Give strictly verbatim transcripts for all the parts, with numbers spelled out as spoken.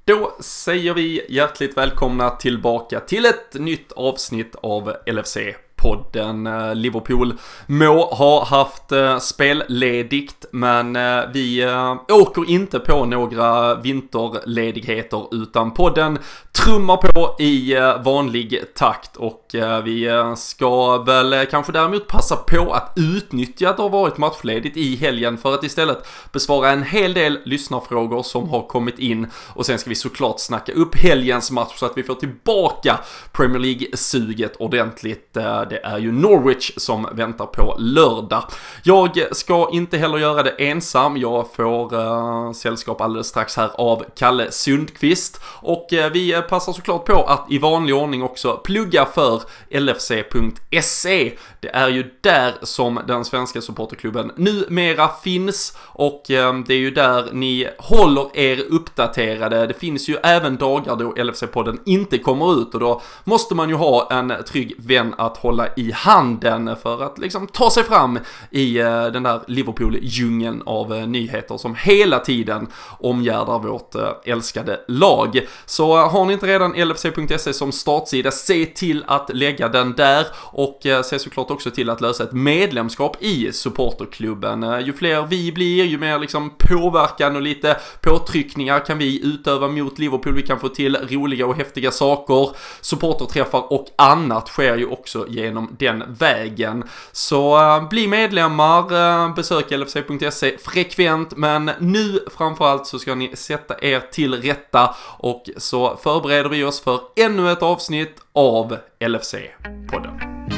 Då säger vi hjärtligt välkomna tillbaka till ett nytt avsnitt av L F C-podden. Liverpool må ha haft spelledigt, men vi åker inte på några vinterledigheter, utan podden trummar på i vanlig takt, och vi ska väl kanske däremot passa på att utnyttja att det har varit matchledigt i helgen för att istället besvara en hel del lyssnarfrågor som har kommit in, och sen ska vi såklart snacka upp helgens match så att vi får tillbaka Premier League-suget ordentligt. Det är ju Norwich som väntar på lördag. Jag ska inte heller göra det ensam. Jag får uh, sällskap alldeles strax här av Kalle Sundqvist, och uh, vi passar såklart på att i vanlig ordning också plugga för L F C punkt se. Det är ju där som den svenska supporterklubben numera finns, och uh, det är ju där ni håller er uppdaterade. Det finns ju även dagar då L F C-podden inte kommer ut, och då måste man ju ha en trygg vän att hålla i handen för att liksom ta sig fram i uh, den där Liverpool-djungeln av uh, nyheter som hela tiden omgärdar vårt uh, älskade lag. Så uh, har ni inte redan L F C punkt se som startsida, se till att lägga den där, och uh, se såklart också till att lösa ett medlemskap i supporterklubben. Uh, ju fler vi blir, ju mer liksom påverkan och lite påtryckningar kan vi utöva mot Liverpool. Vi kan få till roliga och häftiga saker. Supporterträffar och annat sker ju också genom den vägen. Så uh, bli medlemmar, uh, besök L F C punkt se frekvent, men nu framförallt så ska ni sätta er till rätta, och så förbereder vi oss för ännu ett avsnitt av L F C-podden.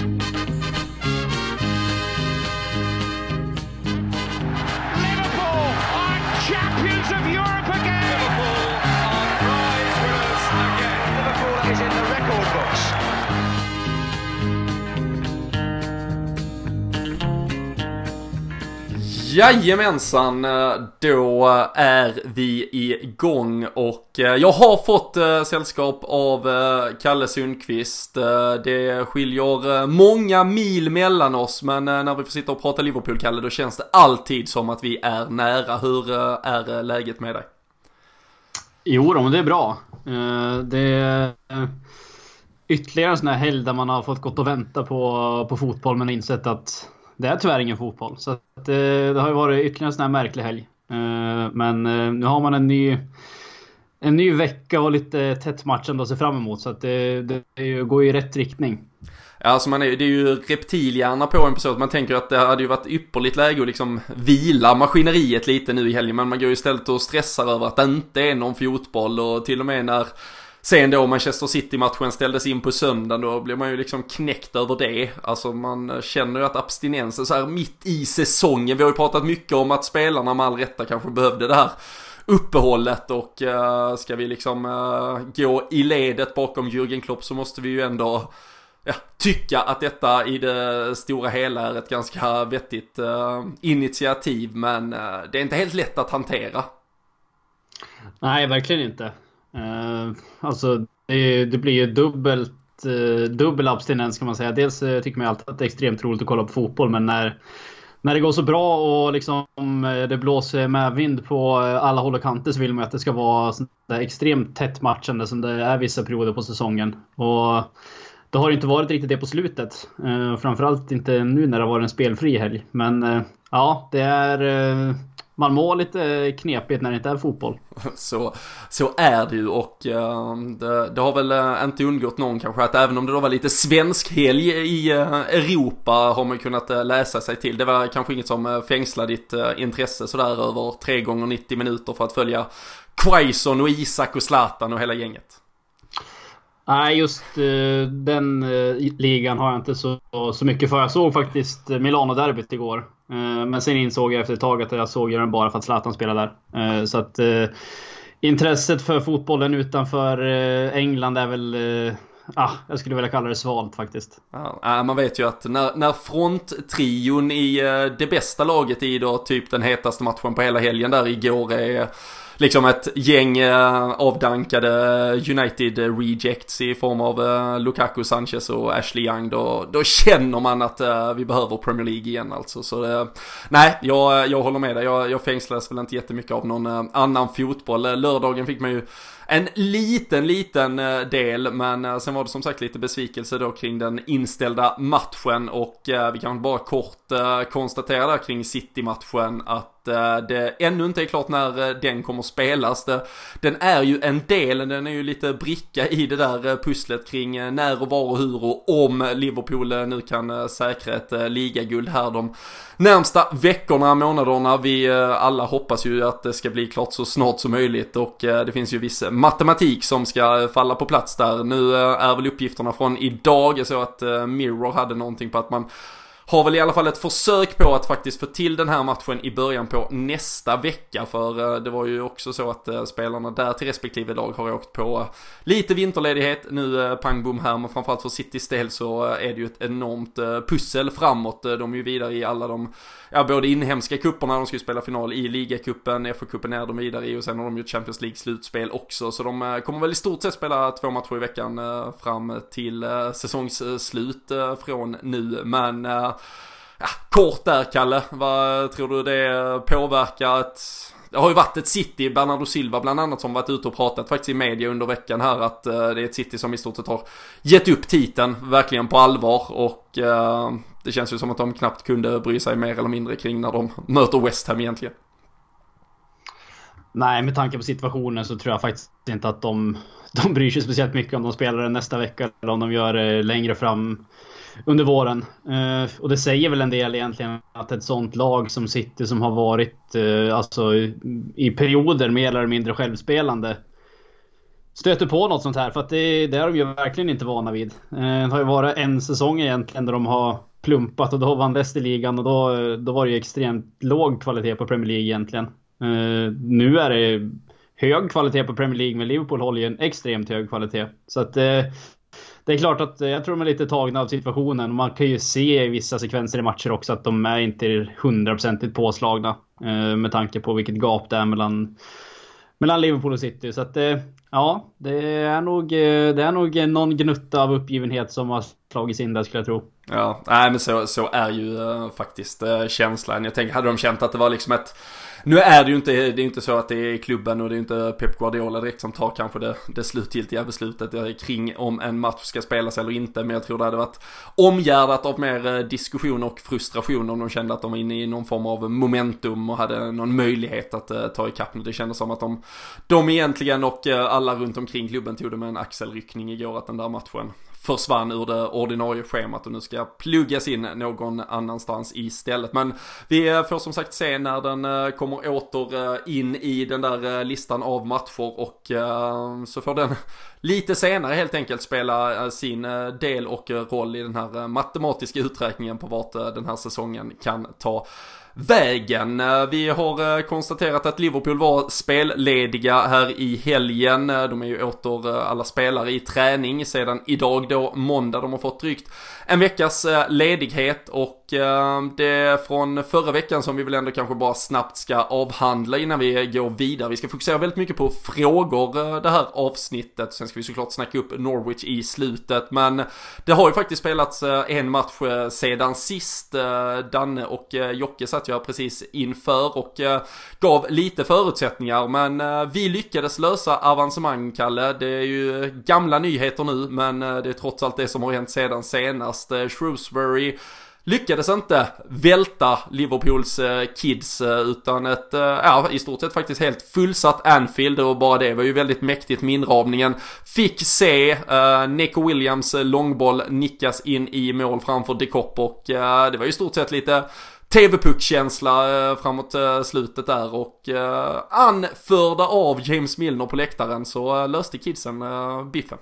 Jajamensan, då är vi igång, och jag har fått sällskap av Kalle Sundqvist. Det skiljer många mil mellan oss, men när vi får sitta och prata Liverpool, Kalle, då känns det alltid som att vi är nära. Hur är läget med dig? Jo, men det är bra. Det är ytterligare en sån här helg där man har fått gått och vänta på, på fotboll, men insett att det är tyvärr ingen fotboll. Så att, eh, det har ju varit ytterligare en sån här märklig helg. Eh, men eh, nu har man en ny en ny vecka och lite tätt matchen att se fram emot. Så att det, det, det går ju i rätt riktning. Ja, alltså man är, det är ju reptilhjärna på en person. Man tänker att det hade ju varit ypperligt läge att liksom vila maskineriet lite nu i helgen. Men man går ju istället och stressar över att det inte är någon fotboll. Och till och med när sen då Manchester City-matchen ställdes in på söndagen, då blir man ju liksom knäckt över det. Alltså man känner ju att abstinensen så här mitt i säsongen. Vi har ju pratat mycket om att spelarna med all rätta kanske behövde det här uppehållet, och uh, ska vi liksom uh, gå i ledet bakom Jürgen Klopp, så måste vi ju ändå ja, tycka att detta i det stora hela är ett ganska vettigt uh, initiativ, men uh, det är inte helt lätt att hantera. Nej, verkligen inte. Uh, alltså det, det blir ju dubbelt uh, dubbel abstinens kan man säga. Dels uh, tycker man alltid att det är extremt roligt att kolla på fotboll, men när, när det går så bra och liksom uh, det blåser med vind på uh, alla håll och kanter, så vill man att det ska vara sånt där extremt tätt matchande som det är vissa perioder på säsongen. Och det har inte varit riktigt det på slutet, uh, framförallt inte nu när det var en spelfri helg. Men uh, ja, det är uh, man mår lite knepigt när det inte är fotboll. Så, så är det ju, och uh, det, det har väl uh, inte undgått någon kanske att även om det då var lite svensk helg i uh, Europa, har man kunnat uh, läsa sig till. Det var kanske inget som uh, fängslade ditt uh, intresse sådär över tre gånger nittio minuter för att följa Quaison och Isak och Zlatan och hela gänget. Nej, just uh, den uh, ligan har jag inte så, så mycket för. Jag såg faktiskt Milano-derbyt igår. Uh, men sen insåg jag efter ett tag att jag såg den bara för att Zlatan spelade där. Uh, så att uh, intresset för fotbollen utanför uh, England är väl... Uh, ah, jag skulle vilja kalla det svalt faktiskt. Ja, man vet ju att när, när fronttrion i uh, det bästa laget i då typ den hetaste matchen på hela helgen där igår är... liksom ett gäng uh, avdankade United rejects i form av uh, Lukaku, Sanchez och Ashley Young, då, då känner man att uh, vi behöver Premier League igen alltså. Så uh, nej, jag, jag håller med dig. Jag, jag fängslades väl inte jättemycket av någon uh, annan fotboll. Lördagen fick man ju en liten, liten del, men sen var det som sagt lite besvikelse då kring den inställda matchen, och vi kan bara kort konstatera där kring City-matchen att det ännu inte är klart när den kommer spelas. Den är ju en del, den är ju lite bricka i det där pusslet kring när och var och hur och om Liverpool nu kan säkra ett ligaguld här de närmsta veckorna, månaderna. Vi alla hoppas ju att det ska bli klart så snart som möjligt, och det finns ju viss matematik som ska falla på plats där. Nu är väl uppgifterna från idag, jag såg att Mirror hade någonting på att man har väl i alla fall ett försök på att faktiskt få till den här matchen i början på nästa vecka, för det var ju också så att spelarna där till respektive lag har åkt på lite vinterledighet nu, pang bom här, men framförallt för Citys del så är det ju ett enormt pussel framåt. De är ju vidare i alla de, ja, både inhemska kupperna, de ska ju spela final i ligacupen, F A-cupen är de vidare i, och sen har de ju Champions League slutspel också, så de kommer väl i stort sett spela två matcher i veckan fram till säsongsslut från nu, men ja, kort där, Kalle, vad tror du det påverkar? Ett, det har ju varit ett City, Bernardo Silva bland annat, som varit ute och pratat faktiskt i media under veckan här att uh, det är ett City som i stort sett har gett upp titeln verkligen på allvar, och uh, det känns ju som att de knappt kunde bry sig mer eller mindre kring när de möter West Ham egentligen. Nej, med tanke på situationen så tror jag faktiskt inte att de, de bryr sig speciellt mycket om de spelar nästa vecka eller om de gör det längre fram under våren. Uh, och det säger väl en del egentligen att ett sånt lag som City, som har varit uh, alltså i, i perioder mer eller mindre självspelande, stöter på något sånt här, för att det, det är de ju verkligen inte vana vid. Uh, det har ju varit en säsong egentligen där de har plumpat, och då vann Leicester-ligan, och då, då var det ju extremt låg kvalitet på Premier League egentligen. Uh, nu är det hög kvalitet på Premier League, men Liverpool håller ju en extremt hög kvalitet. Så att uh, det är klart att jag tror de är lite tagna av situationen. Man kan ju se i vissa sekvenser i matcher också att de är inte hundraprocentigt påslagna eh, med tanke på vilket gap det är mellan, mellan Liverpool och City. Så att eh, ja, det är, nog, det är nog någon gnutta av uppgivenhet som har slagits in där, skulle jag tro. Ja, nej, men så, så är ju uh, faktiskt uh, känslan. Jag tänker, hade de känt att det var liksom ett... Nu är det ju inte, det är inte så att det är klubben och det är inte Pep Guardiola direkt som tar kanske det, det slutgiltiga beslutet kring om en match ska spelas eller inte, men jag tror det hade varit omgärdat av mer diskussion och frustration om de kände att de var inne i någon form av momentum och hade någon möjlighet att uh, ta ikapp. Det kändes som att de, de egentligen och uh, alla runt omkring klubben tog det med en axelryckning igår, att den där matchen försvann ur det ordinarie schemat och nu ska pluggas in någon annanstans istället. Men vi får som sagt se när den kommer åter in i den där listan av matcher, och så får den lite senare helt enkelt spela sin del och roll i den här matematiska uträkningen på vart den här säsongen kan ta vägen. Vi har konstaterat att Liverpool var spellediga här i helgen. De är ju åter alla spelare i träning sedan idag då måndag. De har fått drygt en veckas ledighet, och det från förra veckan som vi väl ändå kanske bara snabbt ska avhandla innan vi går vidare. Vi ska fokusera väldigt mycket på frågor det här avsnittet. Sen ska vi såklart snacka upp Norwich i slutet, men det har ju faktiskt spelats en match sedan sist. Danne och Jocke satt jag precis inför och gav lite förutsättningar, men vi lyckades lösa avancemang, Kalle. Det är ju gamla nyheter nu, men det är trots allt det som har hänt sedan senast. Shrewsbury lyckades inte välta Liverpools kids, utan ett, ja, i stort sett faktiskt helt fullsatt Anfield, och bara det var ju väldigt mäktigt med inramningen. Fick se uh, Nico Williams långboll nickas in i mål framför De Kopp, och uh, det var ju i stort sett lite T V-puckkänsla uh, framåt uh, slutet där, och uh, anförda av James Milner på läktaren så uh, löste kidsen uh, biffen.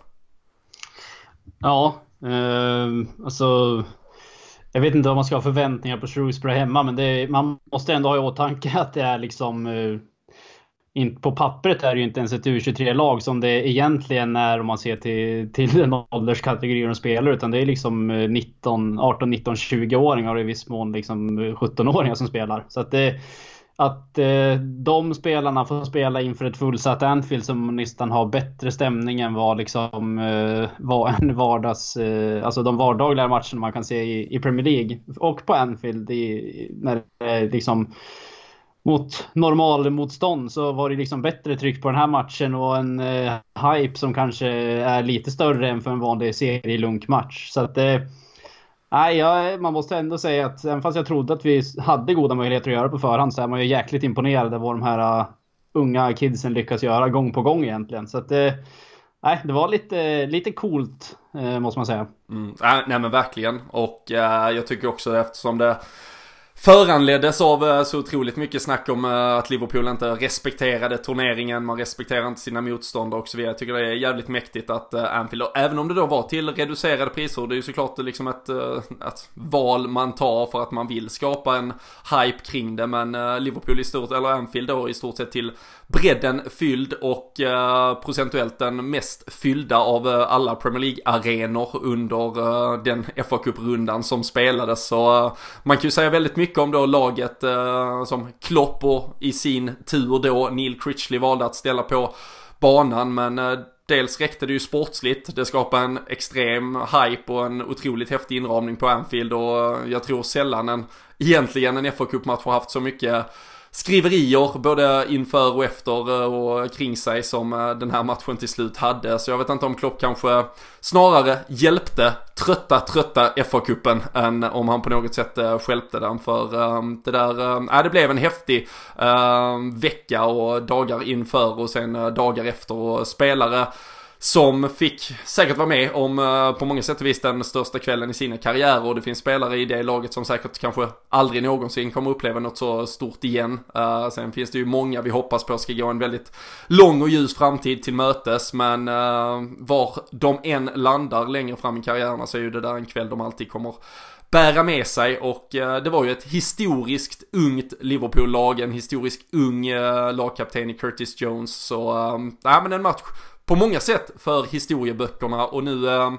Ja, uh, alltså... Jag vet inte om man ska ha förväntningar på Shrewsbury hemma, men det, man måste ändå ha i åtanke att det är liksom... Uh, in, på pappret är det ju inte ens ett U tjugotre-lag som det egentligen är om man ser till, till den ålderskategorin de spelar, utan det är liksom nitton, arton, nitton, tjugo-åringar och i viss mån liksom sjutton-åringar som spelar. Så att det... Att eh, de spelarna får spela inför ett fullsatt Anfield som nästan har bättre stämning än vad liksom eh, var en vardags, eh, alltså de vardagliga matcherna man kan se i, i Premier League och på Anfield i, när det är liksom mot normalmotstånd så var det liksom bättre tryck på den här matchen och en eh, hype som kanske är lite större än för en vanlig serielunkmatch. Så att eh, nej, jag, man måste ändå säga att även fast jag trodde att vi hade goda möjligheter att göra på förhand, så är man ju jäkligt imponerad av vad de här uh, unga kidsen lyckas göra gång på gång egentligen. Så att eh, nej, det var lite, lite coolt eh, måste man säga. Mm, äh, nej men verkligen. Och äh, jag tycker också, eftersom det föranleddes av så otroligt mycket snack om att Liverpool inte respekterade turneringen, man respekterar inte sina motståndare och så vidare. Jag tycker det är jävligt mäktigt att Anfield, även om det då var till reducerade priser, det är ju såklart liksom ett, ett val man tar för att man vill skapa en hype kring det, men Liverpool i stort, eller Anfield då i stort sett till bredden fylld och procentuellt den mest fyllda av alla Premier League-arenor under den F A Cup-rundan som spelades. Så man kan ju säga väldigt mycket om då laget eh, som Klopp och i sin tur då Neil Critchley valde att ställa på banan, men eh, dels räckte det ju sportsligt, det skapade en extrem hype och en otroligt häftig inramning på Anfield, och jag tror sällan en, egentligen en F A Cup-match har haft så mycket skriverier både inför och efter och kring sig som den här matchen till slut hade. Så jag vet inte om Klopp kanske snarare hjälpte trötta, trötta F A-cupen än om han på något sätt stjälpte den. För um, det där, um, äh, det blev en häftig um, vecka och dagar inför och sen uh, dagar efter, och spelare som fick säkert vara med om uh, på många sätt och vis den största kvällen i sina karriärer, och det finns spelare i det laget som säkert kanske aldrig någonsin kommer uppleva något så stort igen. Uh, sen finns det ju många vi hoppas på ska gå en väldigt lång och ljus framtid till mötes, men uh, var de än landar längre fram i karriärerna så är ju det där en kväll de alltid kommer bära med sig. Och uh, det var ju ett historiskt ungt Liverpool-lag, en historisk ung uh, lagkapten i Curtis Jones, så uh, ja, men en match på många sätt för historieböckerna. Och nu eh,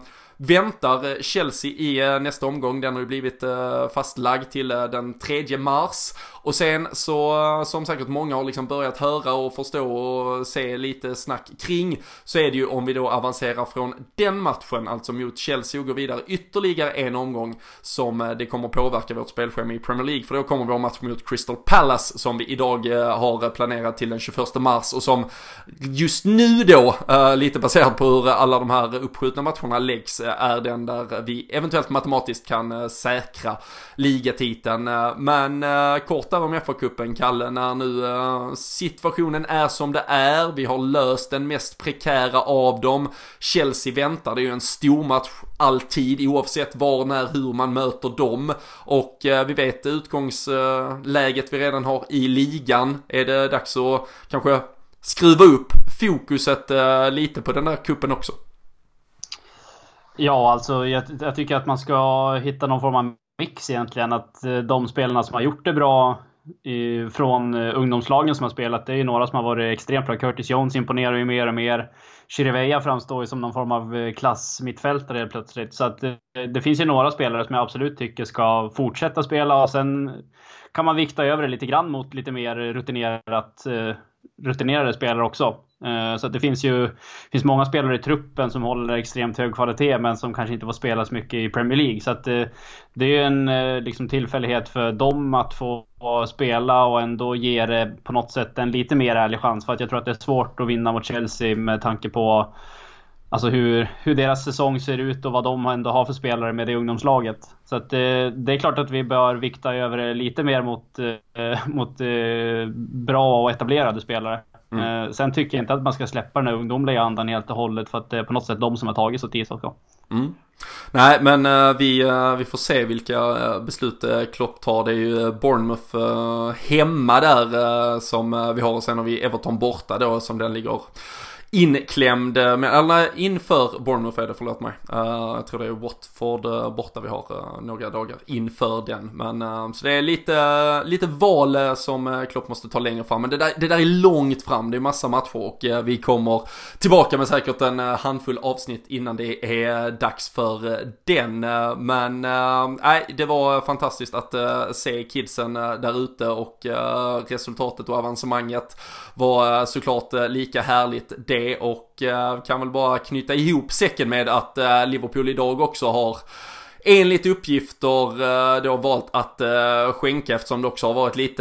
väntar Chelsea i eh, nästa omgång. Den har ju blivit eh, fastlagd till eh, den tredje mars. Och sen så, eh, som säkert många har liksom börjat höra och förstå och se lite snack kring, så är det ju om vi då avancerar från den matchen, alltså mot Chelsea, och går vidare ytterligare en omgång, som eh, det kommer påverka vårt spelschema i Premier League. För då kommer vår match mot Crystal Palace, som vi idag eh, har planerat till den tjugoförsta mars, och som just nu då, eh, lite baserat på hur alla de här uppskjutna matcherna läggs, eh, är den där vi eventuellt matematiskt kan eh, säkra ligatiteln. Eh, men eh, kort där om F A-cupen, Kalle, när nu eh, situationen är som det är, vi har löst den mest prekära av dem. Chelsea väntar, det är ju en stor match alltid, oavsett var, när, hur man möter dem, och eh, vi vet utgångsläget vi redan har i ligan. Är det dags att kanske skruva upp fokuset eh, lite på den där kuppen också? Ja, alltså jag, jag tycker att man ska hitta någon form av mix egentligen. Att eh, de spelarna som har gjort det bra i, från eh, ungdomslagen som har spelat, det är ju några som har varit extremt bra. Curtis Jones imponerar ju mer och mer. Chirivella framstår ju som någon form av eh, klass mittfältare plötsligt. Så att eh, det finns ju några spelare som jag absolut tycker ska fortsätta spela, och sen kan man vikta över det lite grann mot lite mer rutinerat eh, rutinerade spelare också. Så att det finns ju finns många spelare i truppen som håller extremt hög kvalitet, men som kanske inte får spela så mycket i Premier League. Så att det är ju en liksom tillfällighet för dem att få spela, och ändå ge det på något sätt en lite mer ärlig chans. För att jag tror att det är svårt att vinna mot Chelsea med tanke på alltså hur, hur deras säsong ser ut och vad de ändå har för spelare med det ungdomslaget. Så att, eh, det är klart att vi bör vikta över lite mer mot, eh, mot eh, bra och etablerade spelare. Mm. Eh, sen tycker jag inte att man ska släppa den här ungdomliga andan helt och hållet, för att det är på något sätt de som har tagit så tid också. Mm. Nej, men uh, vi, uh, vi får se vilka uh, beslut uh, Klopp tar. Det är ju Bournemouth uh, hemma där uh, som uh, vi har, och sen har vi Everton borta då, som den ligger inklämd, men eller inför Bournemouth är det, förlåt mig. Uh, jag tror det är Watford uh, borta vi har uh, några dagar inför den. Men uh, så det är lite, lite val uh, som uh, Klopp måste ta längre fram. Men det där, det där är långt fram, det är massa matcher, och uh, vi kommer tillbaka med säkert en uh, handfull avsnitt innan det är uh, dags för uh, den. Uh, men nej, uh, det var fantastiskt att uh, se kidsen uh, där ute, och uh, resultatet och avancemanget var uh, såklart uh, lika härligt det. Och uh, kan väl bara knyta ihop säcken med att uh, Liverpool idag också har enligt uppgifter uh, då valt att uh, skänka, eftersom det också har varit lite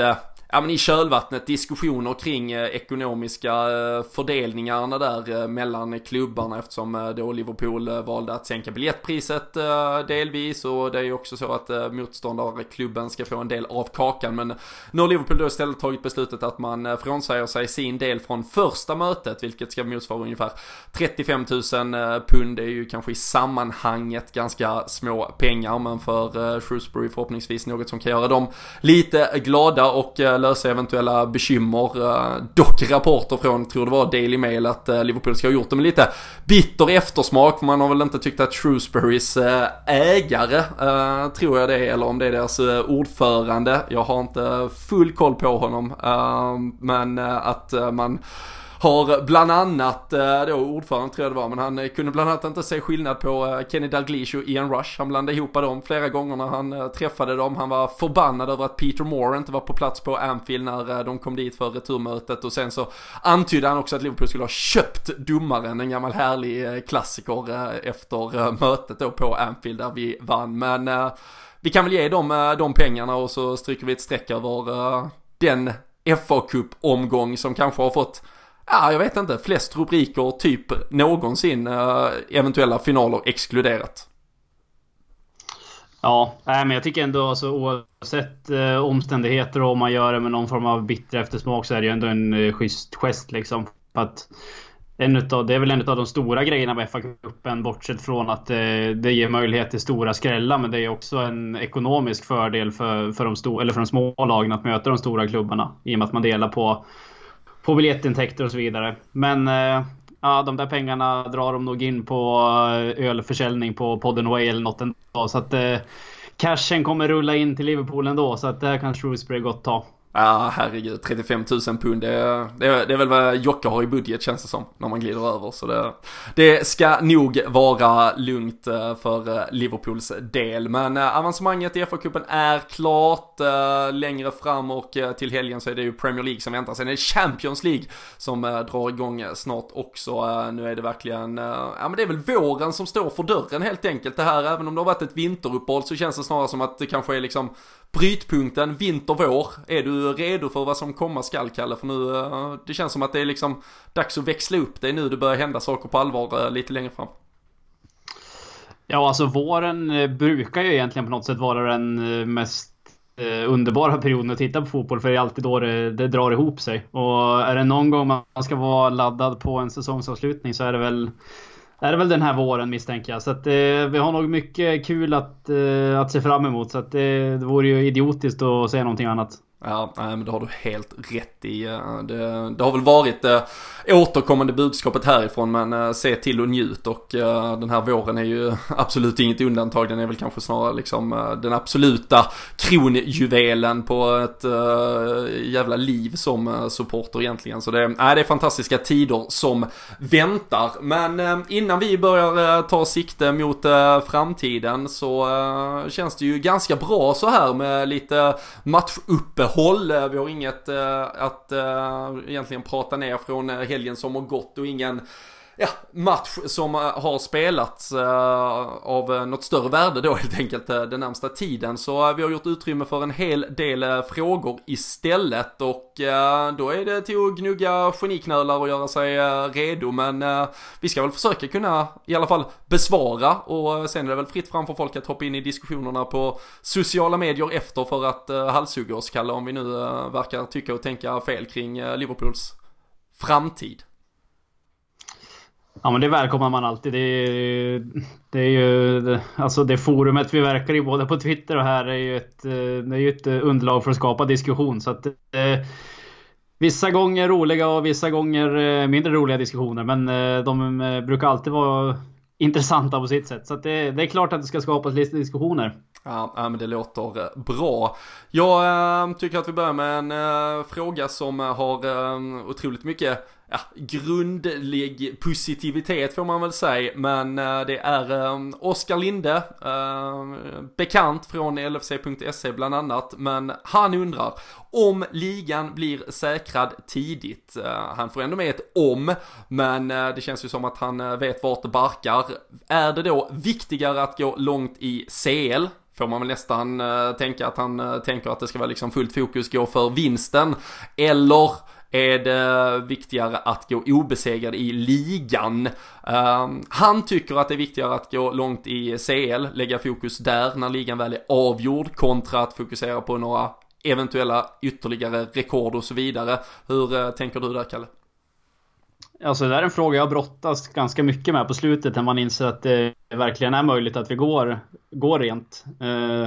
ja, men i kölvattnet diskussioner kring eh, ekonomiska eh, fördelningarna där eh, mellan klubbarna, eftersom eh, då Liverpool eh, valde att sänka biljettpriset eh, delvis, och det är ju också så att eh, motståndarklubben ska få en del av kakan, men nu har Liverpool då istället tagit beslutet att man eh, frånsäger sig sin del från första mötet, vilket ska motsvara ungefär trettiofem tusen eh, pund. Det är ju kanske i sammanhanget ganska små pengar, men för eh, Shrewsbury förhoppningsvis något som kan göra dem lite glada och eh, lösa eventuella bekymmer. Eh, dock rapporter från, tror det var Daily Mail, att eh, Liverpool ska ha gjort det med lite bitter eftersmak, för man har väl inte tyckt att Shrewsburys eh, ägare, eh, tror jag det är, eller om det är deras eh, ordförande, jag har inte full koll på honom, eh, men eh, att eh, man har bland annat, då ordförande tror jag det var, men han kunde bland annat inte se skillnad på Kenny Dalglish och Ian Rush. Han blandade ihop dem flera gånger när han träffade dem. Han var förbannad över att Peter Moore inte var på plats på Anfield när de kom dit för returmötet, och sen så antydde han också att Liverpool skulle ha köpt domaren, en gammal härlig klassiker efter mötet då på Anfield där vi vann. Men vi kan väl ge dem de pengarna, och så stryker vi ett streck över den F A Cup-omgång som kanske har fått, ja, jag vet inte, flest rubriker typ någonsin, äh, eventuella finaler exkluderat. Ja, nej, men jag tycker ändå, alltså, oavsett eh, omständigheter, och om man gör det med någon form av bitter eftersmak, så är det ju ändå en eh, schysst gest liksom. För att en utav, det är väl en av de stora grejerna med F A-cupen, bortsett från att eh, det ger möjlighet till stora skrällar, men det är också en ekonomisk fördel för, för, de, sto- eller för de små lagen att möta de stora klubbarna, i och med att man delar på på biljettintäkter och så vidare. Men eh, ja, de där pengarna drar de nog in på ölförsäljning på Podden Way eller något ändå. Så att eh, cashen kommer rulla in till Liverpool ändå. Så att det här kan Shrewsbury gott ta. Ja, herregud, trettiofem tusen pund, det är, det, är, det är väl vad Jocka har i budget, känns det som, när man glider över. Så det, det ska nog vara lugnt för Liverpools del. Men avancemanget i F A-cupen är klart. Längre fram och till helgen så är det ju Premier League som väntar. Sen är det Champions League som drar igång snart också. Nu är det verkligen, ja, men det är väl våren som står för dörren helt enkelt. Det här, även om det har varit ett vinteruppehåll, så känns det snarare som att det kanske är liksom brytpunkten, vinter-vår. Är du redo för vad som komma skall, Kalle? För nu, det känns som att det är liksom dags att växla upp. Det är nu det börjar hända saker på allvar lite längre fram. Ja, alltså våren brukar ju egentligen på något sätt vara den mest underbara perioden att titta på fotboll, för det är alltid då det, det drar ihop sig. Och är det någon gång man ska vara laddad på en säsongsavslutning, så är det väl är det väl den här våren, misstänker jag. Så att, eh, vi har nog mycket kul att, eh, att se fram emot. Så att, eh, det vore ju idiotiskt att säga någonting annat. Ja, nej, men det har du helt rätt i. Det, det har väl varit äh, återkommande budskapet härifrån, men äh, se till och njut. Och äh, den här våren är ju absolut inget undantag. Den är väl kanske snarare liksom, äh, den absoluta kronjuvelen på ett äh, jävla liv som äh, supporter egentligen. Så det, äh, det är fantastiska tider som väntar. Men äh, innan vi börjar äh, ta sikte mot äh, framtiden, så äh, känns det ju ganska bra så här med lite matchuppe. Håll. Vi har inget uh, att uh, egentligen prata ner från uh, helgen som har gått, och ingen ja, match som uh, har spelats uh, av uh, något större värde då helt enkelt uh, den närmsta tiden. Så uh, vi har gjort utrymme för en hel del uh, frågor istället, och uh, då är det till att gnugga geniknölar och göra sig uh, redo, men uh, vi ska väl försöka kunna i alla fall besvara, och uh, sen är det väl fritt fram för folk att hoppa in i diskussionerna på sociala medier efter för att uh, halshugga oss, Kalle, om vi nu uh, verkar tycka och tänka fel kring uh, Liverpools framtid. Ja, men det välkomnar man alltid. Det är, det är ju alltså det forumet vi verkar i, både på Twitter och här, är ju ett, det är ju ett underlag för att skapa diskussion. Så att eh, vissa gånger roliga och vissa gånger mindre roliga diskussioner, men eh, de brukar alltid vara intressanta på sitt sätt. Så att det, det är klart att det ska skapas lite diskussioner. Ja, men det låter bra. Jag äh, tycker att vi börjar med en äh, fråga som har äh, otroligt mycket ja, grundlig positivitet får man väl säga, men äh, det är äh, Oskar Linde, äh, bekant från L F C punkt se bland annat, men han undrar om ligan blir säkrad tidigt. Äh, han får ändå med ett om, men äh, det känns ju som att han äh, vet vart det barkar. Är det då viktigare att gå långt i C L, får man väl nästan uh, tänka att han uh, tänker att det ska vara liksom fullt fokus gå för vinsten. Eller är det viktigare att gå obesegrad i ligan? Uh, han tycker att det är viktigare att gå långt i C L, lägga fokus där när ligan väl är avgjord, kontra att fokusera på några eventuella ytterligare rekord och så vidare. Hur uh, tänker du där, Kalle? Alltså det är en fråga jag brottas ganska mycket med på slutet, när man inser att det verkligen är möjligt att vi går, går rent. Uh,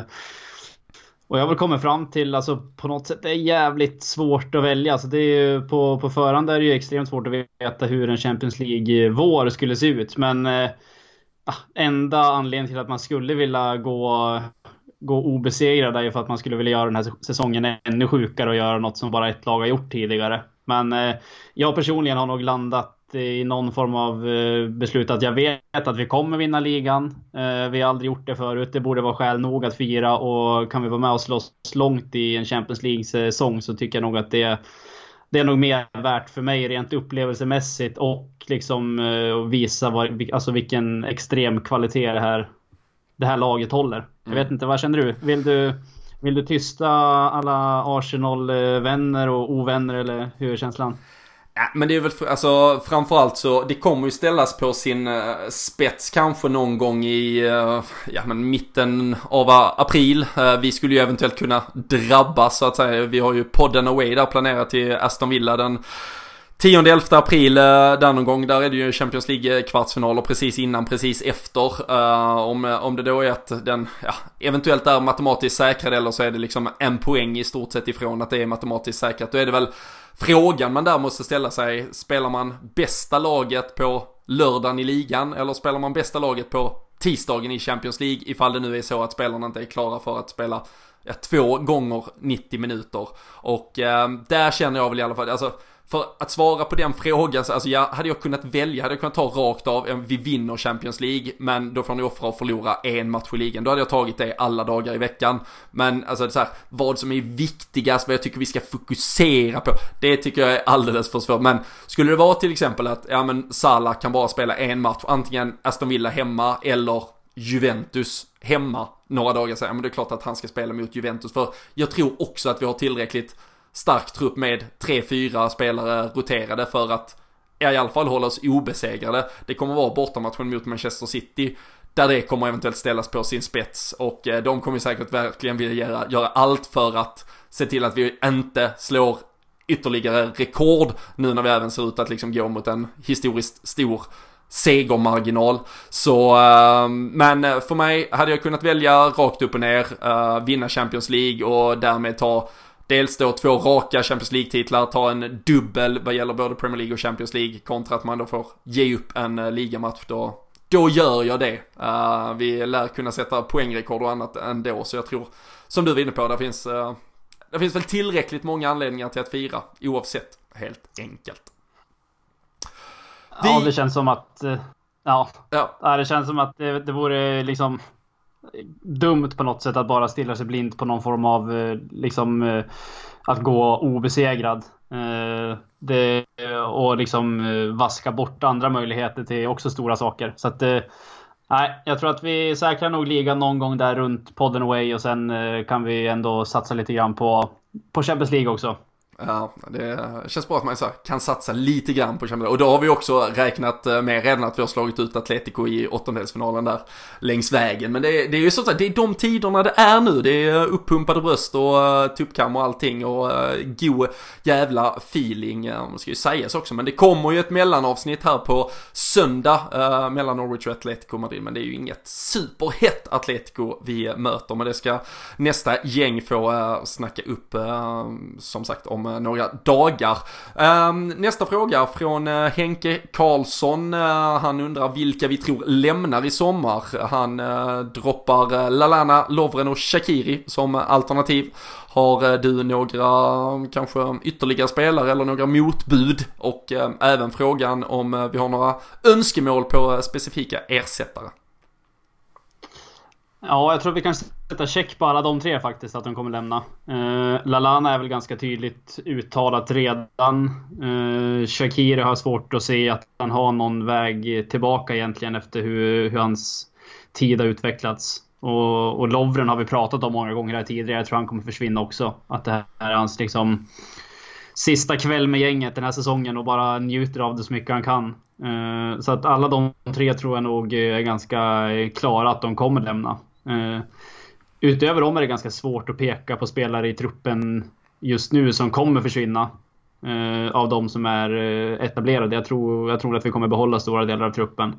och jag vill komma fram till, alltså på något sätt det är jävligt svårt att välja. Alltså det är ju, på, på förhand är det ju extremt svårt att veta hur en Champions League-vår skulle se ut. Men uh, enda anledningen till att man skulle vilja gå, gå obesegrad är ju för att man skulle vilja göra den här säsongen ännu sjukare och göra något som bara ett lag har gjort tidigare. Men eh, jag personligen har nog landat i någon form av eh, beslut att jag vet att vi kommer vinna ligan. Eh, vi har aldrig gjort det förut. Det borde vara skäl nog att fira, och kan vi vara med och slåss långt i en Champions League-säsong så tycker jag nog att det, det är nog mer värt för mig rent upplevelsemässigt, och liksom eh, visa vad, alltså vilken extrem kvalitet det här, det här laget håller. Mm. Jag vet inte, vad känner du? Vill du... Vill du tysta alla Arsenal-vänner och ovänner, eller hur är känslan? Ja, men det är väl, alltså framförallt så det kommer ju ställas på sin uh, spets kanske någon gång i uh, ja, men mitten av april. Uh, vi skulle ju eventuellt kunna drabbas så att säga. Vi har ju podden away där planerat till Aston Villa den tionde elfte april, där någon gång, där är det ju Champions League kvartsfinaler precis innan, precis efter. Uh, om, om det då är att den ja, eventuellt är matematiskt säkrad, eller så är det liksom en poäng i stort sett ifrån att det är matematiskt säkrat. Då är det väl frågan man där måste ställa sig: spelar man bästa laget på lördagen i ligan, eller spelar man bästa laget på tisdagen i Champions League, ifall det nu är så att spelarna inte är klara för att spela ja, två gånger nittio minuter. Och uh, där känner jag väl i alla fall, alltså för att svara på den frågan, alltså jag, hade jag kunnat välja, hade jag kunnat ta rakt av, vi vinner Champions League, men då får ni offra och förlora en match i ligan. Då hade jag tagit det alla dagar i veckan. Men alltså det är så här, vad som är viktigast, vad jag tycker vi ska fokusera på, det tycker jag är alldeles för svårt. Men skulle det vara till exempel att ja, men Salah kan bara spela en match, antingen Aston Villa hemma eller Juventus hemma några dagar sedan, men det är klart att han ska spela mot Juventus, för jag tror också att vi har tillräckligt stark trupp med tre fyra spelare roterade för att ja, i alla fall hålla oss obesegrade. Det kommer vara bortamatchen mot Manchester City där det kommer eventuellt ställas på sin spets, och eh, de kommer säkert verkligen vilja göra, göra allt för att se till att vi inte slår ytterligare rekord nu när vi även ser ut att liksom gå mot en historiskt stor segermarginal. Så uh, men för mig hade jag kunnat välja rakt upp och ner, uh, vinna Champions League och därmed ta dels då två raka Champions League-titlar, ta en dubbel vad gäller både Premier League och Champions League, kontra att man då får ge upp en uh, ligamatch. Då, då gör jag det. Uh, vi lär kunna sätta poängrekord och annat ändå, så jag tror, som du var inne på, där finns, uh, det finns väl tillräckligt många anledningar till att fira, oavsett, helt enkelt. Vi... Ja, det känns som att ja, ja. det känns som att det, det vore liksom dumt på något sätt att bara stilla sig blind på någon form av liksom att gå obesegrad. Det, och liksom vaska bort andra möjligheter till också stora saker. Så att nej, jag tror att vi säkrar nog ligan någon gång där runt podden away, och sen kan vi ändå satsa lite grann på, på Champions League också. Ja, det känns bra att man så kan satsa lite grann på Champions League. Och då har vi också räknat med redan att vi har slagit ut Atletico i åttondelsfinalen där längs vägen. Men det är, det är ju så att det är de tiderna det är nu. Det är uppumpade bröst och tuppkam och allting, och god jävla feeling, man ska ju sägas också. Men det kommer ju ett mellanavsnitt här på söndag uh, mellan Norwich och Atletico Madrid. Men det är ju inget superhett Atletico vi möter. Men det ska nästa gäng få uh, snacka upp uh, som sagt om några dagar. Um, nästa fråga från uh, Henke Karlsson. Uh, han undrar vilka vi tror lämnar i sommar. Han uh, droppar uh, Lallana, Lovren och Shaqiri som uh, alternativ. Har uh, du några um, kanske ytterligare spelare eller några motbud? Och uh, även frågan om uh, vi har några önskemål på uh, specifika ersättare. Ja, jag tror vi kan sätta check på alla de tre faktiskt, att de kommer lämna. Eh, Lallana är väl ganska tydligt uttalat redan. Eh, Shaqiri har svårt att se att han har någon väg tillbaka egentligen efter hur, hur hans tid har utvecklats. Och, och Lovren har vi pratat om många gånger här tidigare. Jag tror han kommer försvinna också. Att det här är hans liksom sista kväll med gänget den här säsongen och bara njuter av det så mycket han kan. Uh, så att alla de tre tror jag nog är ganska klara att de kommer lämna. Uh, utöver dem är det ganska svårt att peka på spelare i truppen just nu som kommer försvinna. Uh, av de som är uh, etablerade. Jag tror, jag tror att vi kommer behålla stora delar av truppen.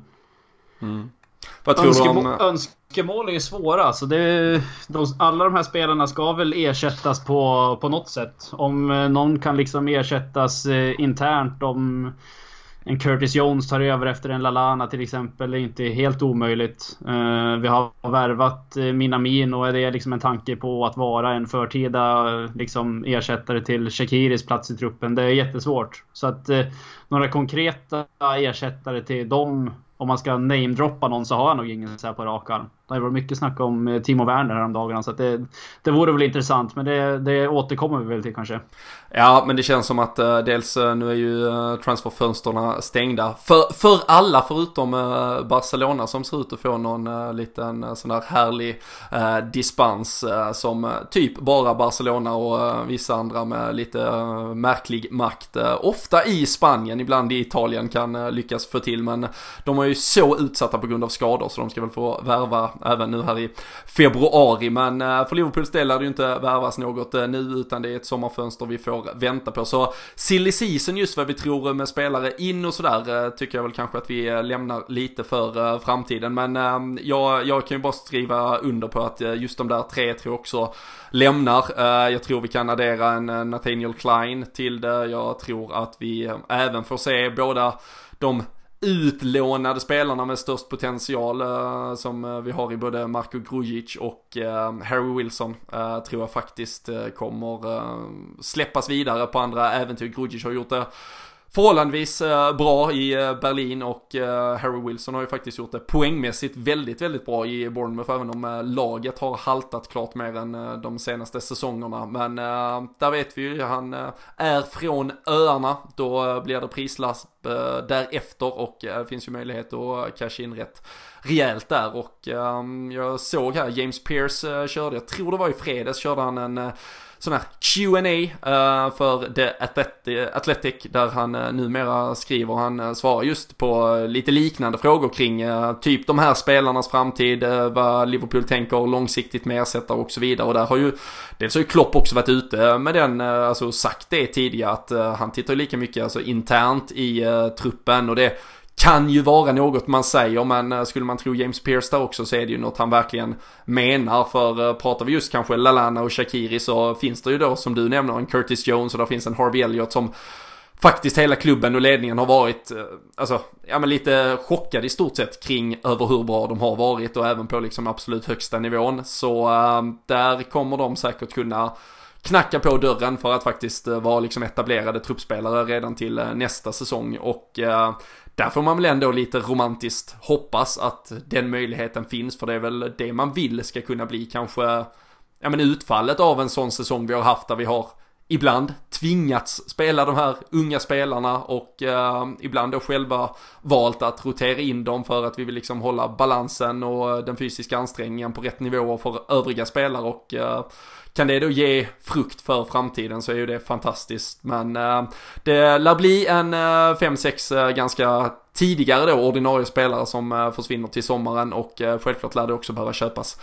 Mm. Vad tror Önskemo- du om... Önskemål är ju svåra. Så det, de, alla de här spelarna ska väl ersättas på, på något sätt. Om eh, någon kan liksom ersättas eh, internt. Om en Curtis Jones tar över efter en Lallana till exempel, är inte helt omöjligt. Eh, vi har värvat eh, Minamino, och är det liksom en tanke på att vara en förtida eh, liksom ersättare till Shakiris plats i truppen. Det är jättesvårt. Så att eh, några konkreta ersättare till dem, om man ska namedroppa någon, så har jag nog ingen så här på rak arm. Det var mycket snack om Timo Werner häromdagen, så att det, det vore väl intressant, men det, det återkommer vi väl till kanske. Ja, men det känns som att uh, dels uh, nu är ju uh, transferfönsterna stängda för, för alla förutom uh, Barcelona, som ser ut att få någon uh, liten uh, sån där härlig uh, dispens uh, som uh, typ bara Barcelona och uh, vissa andra med lite uh, märklig makt. Uh, ofta i Spanien, ibland i Italien kan uh, lyckas få till, men de är ju så utsatta på grund av skador så de ska väl få värva även nu här i februari. Men uh, för Liverpools del är det ju inte värvas något uh, nu, utan det är ett sommarfönster vi får vänta på. Så silly season, just vad vi tror med spelare in och sådär, tycker jag väl kanske att vi lämnar lite för framtiden. Men äh, jag, jag kan ju bara skriva under på att just de där tre tror jag också lämnar. Äh, jag tror vi kan addera en Nathaniel Klein till det. Jag tror att vi även får se båda de utlånade spelarna med störst potential uh, som uh, vi har i både Marko Grujic och uh, Harry Wilson uh, tror jag faktiskt uh, kommer uh, släppas vidare på andra äventyr. Grujic har gjort det förhållandevis uh, bra i uh, Berlin, och uh, Harry Wilson har ju faktiskt gjort det poängmässigt väldigt, väldigt bra i Bournemouth, även om uh, laget har haltat klart mer än uh, de senaste säsongerna. Men uh, där vet vi ju, han uh, är från öarna, då uh, blir det prislapp uh, därefter, och det uh, finns ju möjlighet att uh, casha in rätt rejält där. Och um, jag såg här, James Pearce uh, körde, jag tror det var i fredags, körde han en uh, sån här Q and A uh, för The Athletic, där han uh, numera skriver, han uh, svarar just på uh, lite liknande frågor kring uh, typ de här spelarnas framtid, uh, vad Liverpool tänker långsiktigt med ersättare och så vidare. Och där har ju, dels har ju Klopp också varit ute med den, uh, alltså sagt det tidigare, att uh, han tittar lika mycket alltså internt i uh, truppen, och det kan ju vara något man säger, men skulle man tro James Pearce där också, så är det ju något han verkligen menar. För uh, pratar vi just kanske Lallana och Shaqiri, så finns det ju då, som du nämner, en Curtis Jones, och där finns en Harvey Elliott som faktiskt hela klubben och ledningen har varit uh, alltså, ja, men lite chockad i stort sett kring över hur bra de har varit, och även på liksom absolut högsta nivån. Så uh, där kommer de säkert kunna knacka på dörren för att faktiskt uh, vara liksom etablerade truppspelare redan till uh, nästa säsong. Och uh, där får man väl ändå lite romantiskt hoppas att den möjligheten finns, för det är väl det man vill ska kunna bli kanske, ja, men utfallet av en sån säsong vi har haft, där vi har ibland tvingats spela de här unga spelarna, och eh, ibland då själva valt att rotera in dem för att vi vill liksom hålla balansen och den fysiska ansträngningen på rätt nivå för övriga spelare. Och eh, kan det då ge frukt för framtiden, så är ju det fantastiskt. Men eh, det lär bli en eh, fem sex eh, ganska tidigare då ordinarie spelare som eh, försvinner till sommaren, och eh, självklart lär det också behöva köpas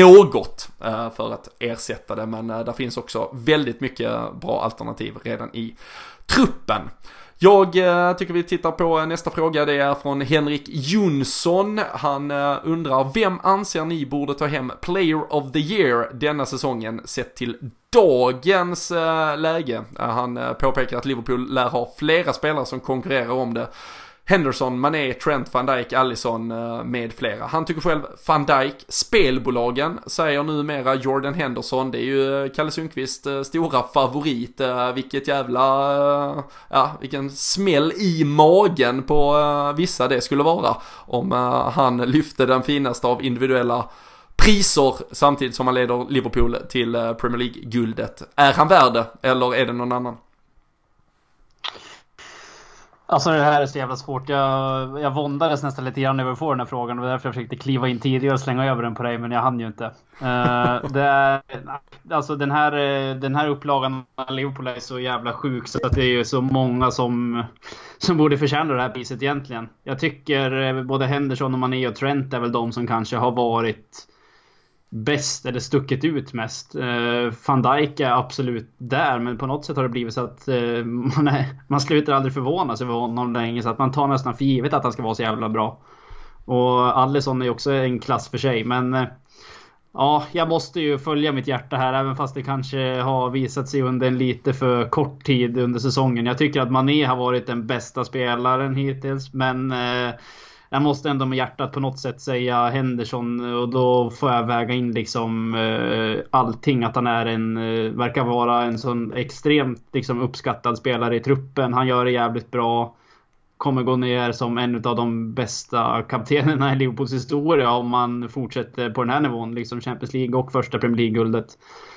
något eh, för att ersätta det. Men eh, där finns också väldigt mycket bra alternativ redan i truppen. Jag eh, tycker vi tittar på nästa fråga. Det är från Henrik Jonsson. Han eh, undrar: vem anser ni borde ta hem Player of the Year denna säsongen sett till dagens eh, läge? Eh, han eh, påpekar att Liverpool lär ha flera spelare som konkurrerar om det. Henderson, Mané, Trent, Van Dijk, Alisson med flera. Han tycker själv Van Dijk. Spelbolagen säger numera Jordan Henderson. Det är ju Kalle Sundqvist stora favorit. Vilket jävla, ja, vilken smäll i magen på vissa det skulle vara om han lyfte den finaste av individuella priser samtidigt som han leder Liverpool till Premier League-guldet. Är han värd, eller är det någon annan? Alltså det här är så jävla svårt. Jag, jag våndades nästan lite grann över att få den här frågan. Och därför jag försökte kliva in tidigare och slänga över den på dig. Men jag hann ju inte. Uh, det är, alltså den här, den här upplagan av Liverpool är så jävla sjuk. Så att det är ju så många som, som borde förtjäna det här priset egentligen. Jag tycker både Henderson och Mané och Trent är väl de som kanske har varit bäst eller stuckit ut mest. Uh, Van Dijk är absolut där, men på något sätt har det blivit så att uh, man, är, man slutar aldrig förvånas över honom länge, så att man tar nästan för givet att han ska vara så jävla bra. Och Alisson är också en klass för sig, men uh, ja, jag måste ju följa mitt hjärta här, även fast det kanske har visat sig under en lite för kort tid under säsongen. Jag tycker att Mané har varit den bästa spelaren hittills, men uh, jag måste ändå med hjärtat på något sätt säga Henderson, och då får jag väga in liksom eh, allting, att han är en eh, verkar vara en sån extremt liksom uppskattad spelare i truppen. Han gör det jävligt bra. Kommer gå ner som en av de bästa kaptenerna i Liverpools historia om man fortsätter på den här nivån, liksom Champions League och första Premier League-guldet.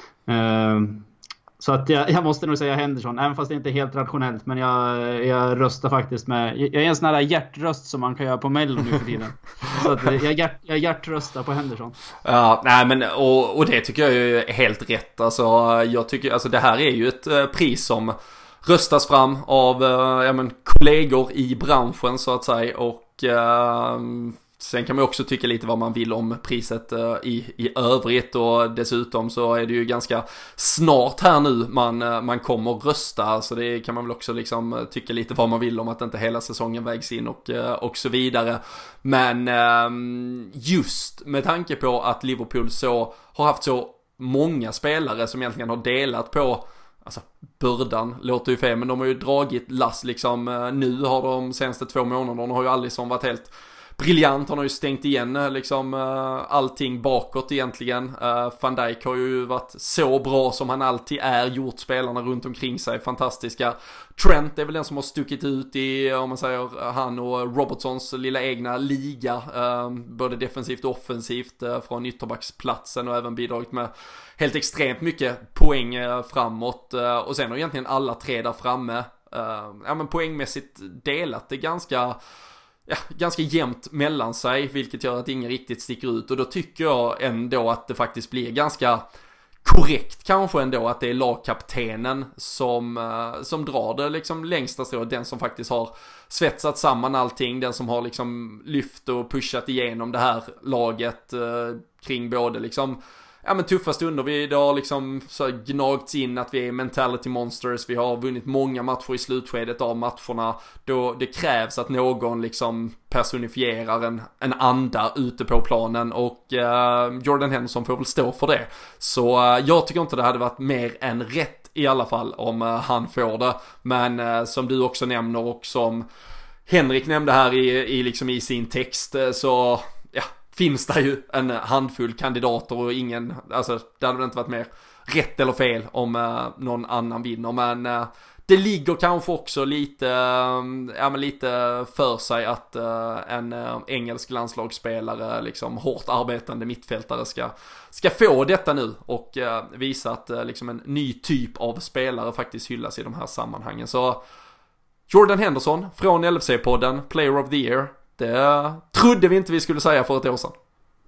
Eh, Så att jag, jag måste nog säga Henderson, även fast det inte är helt rationellt. Men jag, jag röstar faktiskt med... Jag är en sån här hjärtröst som man kan göra på Mello nu för tiden. Så att jag, hjärt, jag hjärtröstar på Henderson. Ja, nej men och, och det tycker jag är helt rätt. Alltså, jag tycker, alltså det här är ju ett uh, pris som röstas fram av uh, ja, men, kollegor i branschen så att säga. Och... Uh, Sen kan man också tycka lite vad man vill om priset uh, i, i övrigt, och dessutom så är det ju ganska snart här nu man, uh, man kommer rösta, så det kan man väl också liksom tycka lite vad man vill om, att inte hela säsongen vägs in och, uh, och så vidare. Men uh, just med tanke på att Liverpool så har haft så många spelare som egentligen har delat på, alltså bördan låter ju fel, men de har ju dragit lass liksom. Uh, nu har de senaste två månaderna har ju Alisson varit helt briljant, han har ju stängt igen liksom uh, allting bakåt egentligen. Uh, Van Dijk har ju varit så bra som han alltid är, gjort spelarna runt omkring sig fantastiska. Trent är väl den som har stuckit ut i, om man säger, han och Robertsons lilla egna liga, uh, både defensivt och offensivt uh, från ytterbacksplatsen, och även bidragit med helt extremt mycket poäng uh, framåt. Uh, och sen har egentligen alla tre där framme uh, ja, men poängmässigt delat det ganska Ja, ganska jämnt mellan sig, vilket gör att ingen riktigt sticker ut. Och då tycker jag ändå att det faktiskt blir ganska korrekt kanske ändå att det är lagkaptenen som, uh, som drar det liksom längsta strået. Den som faktiskt har svetsat samman allting, den som har liksom lyft och pushat igenom det här laget uh, kring både liksom ja, men tuffa stunder. Vi det har liksom så gnagts in att vi är mentality monsters. Vi har vunnit många matcher i slutskedet av matcherna. Då det krävs att någon liksom personifierar en, en anda ute på planen. Och eh, Jordan Henderson får väl stå för det. Så eh, jag tycker inte det hade varit mer än rätt i alla fall om eh, han får det. Men eh, som du också nämner och som Henrik nämnde här i, i, liksom i sin text, eh, så ja, finns det ju en handfull kandidater och ingen, alltså det hade väl inte varit mer rätt eller fel om uh, någon annan vinner, men uh, det ligger kanske också lite, uh, ja, men lite för sig att uh, en uh, engelsk landslagsspelare, liksom hårt arbetande mittfältare ska, ska få detta nu och uh, visa att uh, liksom en ny typ av spelare faktiskt hyllas i de här sammanhangen. Så Jordan Henderson från L F C-podden, Player of the Year. Det trodde vi inte vi skulle säga för ett år sedan.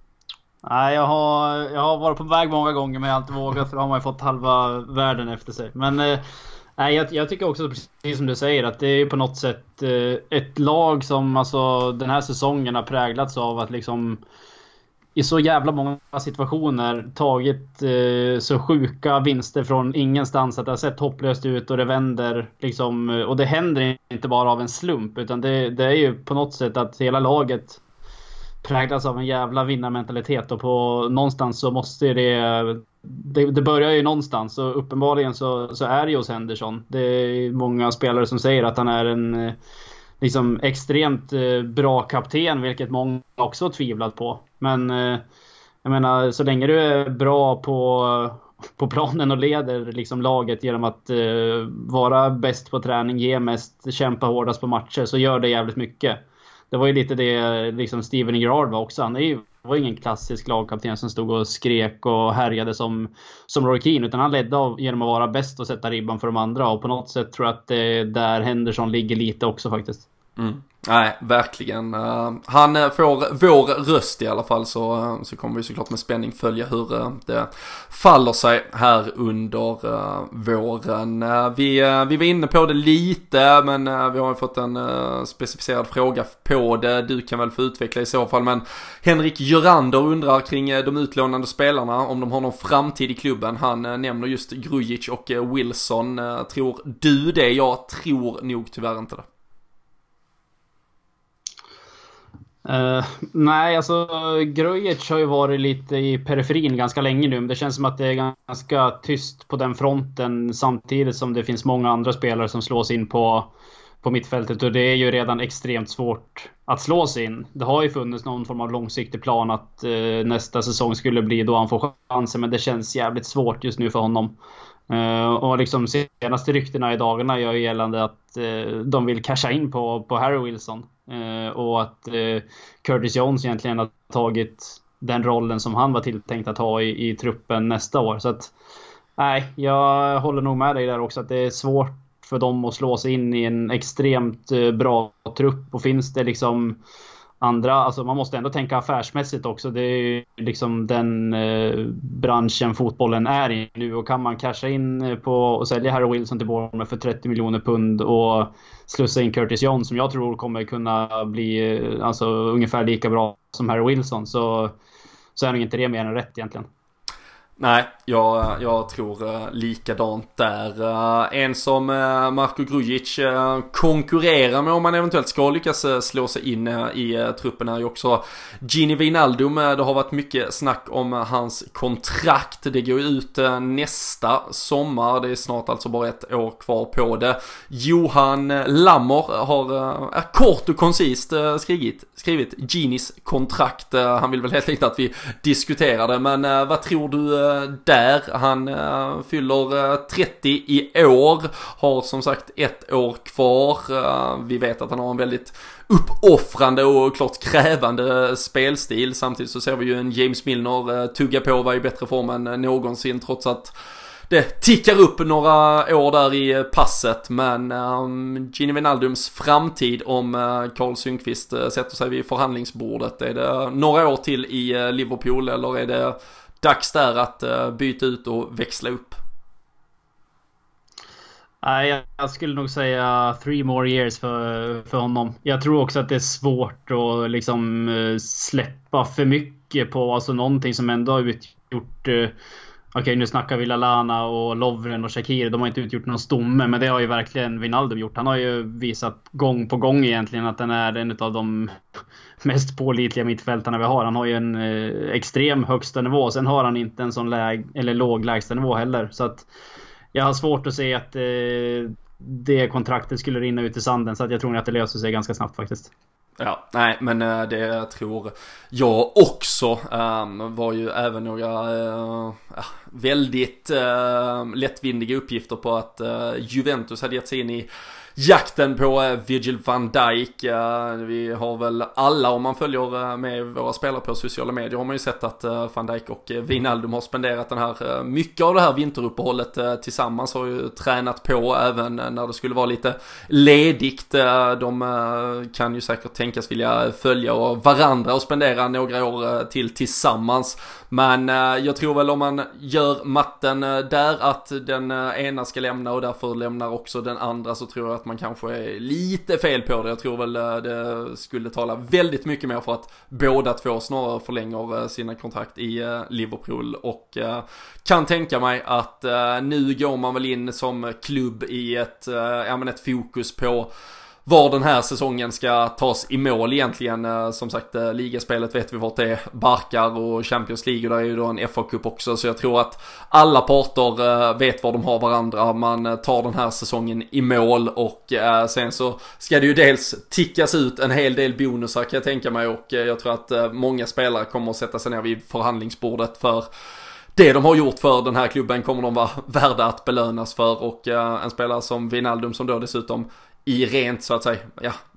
Nej, jag har, jag har varit på väg många gånger, men jag har inte vågat, för då har man ju fått halva världen efter sig. Men eh, jag, jag tycker också, precis som du säger, att det är på något sätt eh, ett lag som alltså, den här säsongen har präglats av att liksom i så jävla många situationer tagit eh, så sjuka vinster från ingenstans att det har sett hopplöst ut, och det vänder liksom, och det händer inte bara av en slump, utan det, det är ju på något sätt att hela laget präglas av en jävla vinnarmentalitet, och på någonstans så måste det det, det börjar ju någonstans, och uppenbarligen så, så är det ju hos Henderson. Det är många spelare som säger att han är en liksom extremt bra kapten, vilket många också tvivlat på. Men jag menar, så länge du är bra på, på planen och leder liksom laget genom att uh, vara bäst på träning, ge mest, kämpa hårdast på matcher, så gör det jävligt mycket. Det var ju lite det liksom Steven Gerrard var också. Han är ju var ingen klassisk lagkapten som stod och skrek och härjade som, som Roy Keane, utan han ledde av, genom att vara bäst och sätta ribban för de andra. Och på något sätt tror jag att det är där Henderson ligger lite också faktiskt. Mm. Nej, verkligen. Uh, han får vår röst i alla fall, så, uh, så kommer vi såklart med spänning följa hur uh, det faller sig här under uh, våren. Uh, vi, uh, vi var inne på det lite, men uh, vi har ju fått en uh, specificerad fråga på det. Du kan väl få utveckla i så fall, men Henrik Görander undrar kring uh, de utlånande spelarna, om de har någon framtid i klubben. Han uh, nämner just Grujic och uh, Wilson. Uh, tror du det? Jag tror nog tyvärr inte det. Uh, nej, alltså Grujic har ju varit lite i periferin ganska länge nu, men det känns som att det är ganska tyst på den fronten, samtidigt som det finns många andra spelare som slås in på, på mittfältet, och det är ju redan extremt svårt att slås in. Det har ju funnits någon form av långsiktig plan att uh, nästa säsong skulle bli då han får chansen, men det känns jävligt svårt just nu för honom. Uh, och liksom senaste ryktena i dagarna gör ju gällande att uh, de vill casha in på, på Harry Wilson. Uh, och att uh, Curtis Jones egentligen har tagit den rollen som han var tilltänkt att ha i, i truppen nästa år. Så att nej, jag håller nog med dig där också, att det är svårt för dem att slå sig in i en extremt uh, bra trupp. Och finns det liksom andra, alltså man måste ändå tänka affärsmässigt också. Det är ju liksom den eh, branschen fotbollen är i nu, och kan man casha in på och sälja Harry Wilson till Bournemouth för trettio miljoner pund och slussa in Curtis Jones, som jag tror kommer kunna bli eh, alltså ungefär lika bra som Harry Wilson, så, så är nog inte det mer än rätt egentligen. Nej, jag, jag tror uh, likadant där. Uh, en som uh, Marko Grujic uh, konkurrerar med, om man eventuellt ska lyckas uh, slå sig in uh, i uh, truppen, är ju också Gini Wijnaldum. Uh, det har varit mycket snack om uh, hans kontrakt. Det går ju ut uh, nästa sommar. Det är snart alltså bara ett år kvar på det. Johan Lammer har uh, kort och koncist uh, skrivit, skrivit Ginis kontrakt. Uh, han vill väl helt enkelt att vi diskuterar det, men uh, vad tror du där? Han uh, fyller uh, trettio i år, har som sagt ett år kvar. Uh, vi vet att han har en väldigt uppoffrande och klart krävande spelstil. Samtidigt så ser vi ju en James Milner uh, tugga på och vara i bättre form än uh, någonsin, trots att det tickar upp några år där i passet. Men um, Gini Wijnaldums framtid, om uh, Carl Sundqvist uh, sätter sig vid förhandlingsbordet, är det några år till i uh, Liverpool, eller är det dags där att uh, byta ut och växla upp? Nej, jag skulle nog säga three more years för, för honom. Jag tror också att det är svårt att liksom uh, släppa för mycket på alltså någonting som ändå har utgjort... Uh, Okej, okay, nu snackar vi Lallana och Lovren och Shaqiri. De har inte utgjort någon stomme, men det har ju verkligen Wijnaldum gjort. Han har ju visat gång på gång egentligen att den är en av de mest pålitliga mittfältarna vi har. Han har ju en eh, extrem högsta nivå. Sen har han inte en sån läg eller låg lägsta nivå heller. Så att jag har svårt att se att eh, det kontraktet skulle rinna ut i sanden. Så att jag tror att det löser sig ganska snabbt faktiskt. Ja, nej, men uh, det tror jag också. Um, var ju även några uh, väldigt uh, lättvindiga uppgifter på att uh, Juventus hade gett sig in i jakten på uh, Virgil van Dijk. Uh, vi har väl alla, om man följer uh, med våra spelare på sociala medier, har man ju sett att uh, Van Dijk och uh, Wijnaldum har spenderat den här uh, mycket av det här vinteruppehållet uh, tillsammans, har ju tränat på även uh, när det skulle vara lite ledigt. Uh, de uh, kan ju säkert tänkas vilja följa och varandra och spendera några år uh, till tillsammans. Men uh, jag tror väl, om man gör matten uh, där, att den uh, ena ska lämna och därför lämnar också den andra, så tror jag att man kanske är lite fel på det. Jag tror väl uh, det skulle tala väldigt mycket mer för att båda två snarare förlänger uh, sina kontrakt i uh, Liverpool, och uh, kan tänka mig att uh, nu går man väl in som klubb i ett, uh, ja, men ett fokus på var den här säsongen ska tas i mål egentligen. Som sagt, ligaspelet vet vi vart det barkar, och Champions League, och där är ju då en F A-cup också. Så jag tror att alla parter vet var de har varandra. Man tar den här säsongen i mål, och sen så ska det ju dels tickas ut en hel del bonusar, kan jag tänka mig. Och jag tror att många spelare kommer att sätta sig ner vid förhandlingsbordet, för det de har gjort för den här klubben kommer de vara värda att belönas för. Och en spelare som Wijnaldum, som då dessutom i rent, så att säga, ja,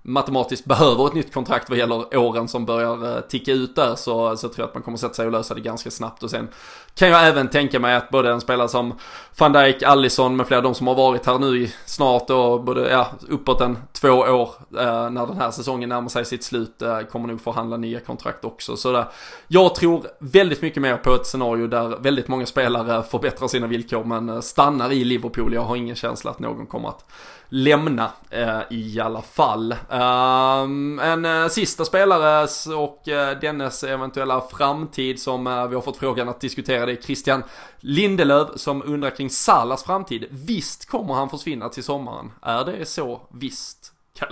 matematiskt behöver ett nytt kontrakt vad gäller åren som börjar ticka ut där, så, så tror jag att man kommer sätta sig och lösa det ganska snabbt. Och sen kan jag även tänka mig att både en spelare som Van Dijk, Alisson med flera de som har varit här nu i snart och både, ja, uppåt en två år eh, när den här säsongen närmar sig sitt slut eh, kommer nog förhandla nya kontrakt också. Så där, jag tror väldigt mycket mer på ett scenario där väldigt många spelare förbättrar sina villkor men stannar i Liverpool. Jag har ingen känsla att någon kommer att lämna eh, i alla fall. Um, en eh, sista spelare och eh, dennes eventuella framtid som eh, vi har fått frågan att diskutera, det är Christian Lindelöf som undrar kring Salas framtid. Visst kommer han försvinna till sommaren? Är det så visst, Kalle?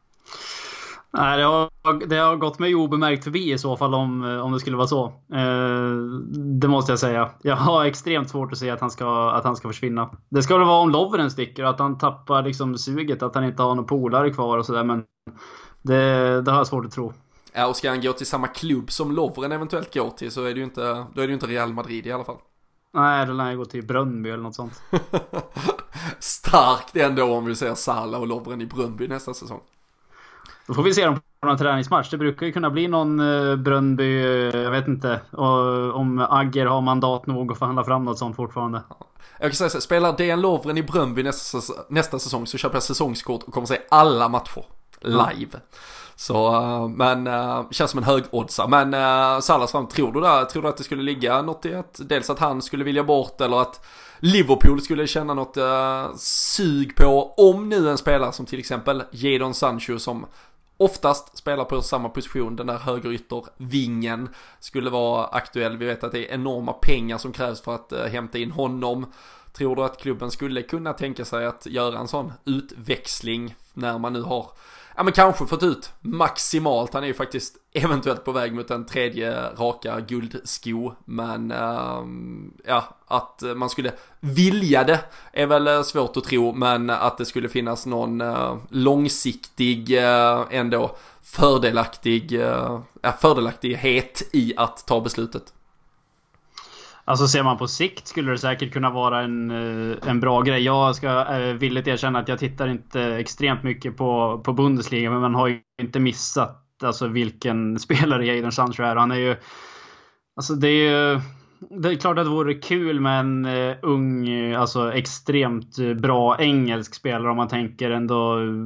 Nej, det har, det har gått mig obemärkt förbi i så fall om, om det skulle vara så. Eh, det måste jag säga. Jag har extremt svårt att se att han ska, att han ska försvinna. Det ska väl vara om Lovren sticker, att han tappar liksom suget, att han inte har några polare kvar och sådär. Men det, det har jag svårt att tro. Ja, och ska han gå till samma klubb som Lovren eventuellt går till så är det ju inte, då är det ju inte Real Madrid i alla fall. Nej, då lär jag gå till Brönnby eller något sånt. Starkt ändå om vi ser Salah och Lovren i Brönnby nästa säsong. Då får vi se dem på någon träningsmatch. Det brukar ju kunna bli någon uh, Brönnby, uh, jag vet inte. Och, om Agger har mandat nog att förhandla fram något sånt fortfarande. Jag kan säga så, spelar Dejan Lovren i Brönnby nästa, nästa säsong så köper jag säsongskort och kommer se alla matcher live. Mm. Så, uh, men uh, känns som en hög oddsa. Men uh, Salas fram, tror du där, tror du att det skulle ligga något i att dels att han skulle vilja bort eller att Liverpool skulle känna något uh, sug på om nu en spelare som till exempel Jadon Sancho som oftast spelar på samma position, den där högeryttervingen skulle vara aktuell. Vi vet att det är enorma pengar som krävs för att uh, hämta in honom. Tror du att klubben skulle kunna tänka sig att göra en sån utväxling när man nu har, ja men kanske fått ut maximalt? Han är ju faktiskt eventuellt på väg mot en tredje raka guldsko, men uh, ja, att man skulle vilja det är väl svårt att tro, men att det skulle finnas någon uh, långsiktig uh, ändå fördelaktig uh, ja, fördelaktighet i att ta beslutet. Alltså ser man på sikt skulle det säkert kunna vara en, en bra grej. Jag ska äh, villigt erkänna att jag tittar inte extremt mycket på, på Bundesliga, men man har ju inte missat alltså, vilken spelare Jadon Sancho är. Han är ju, alltså det är ju, det är klart att det vore kul med en uh, ung, alltså extremt bra engelsk spelare om man tänker ändå uh,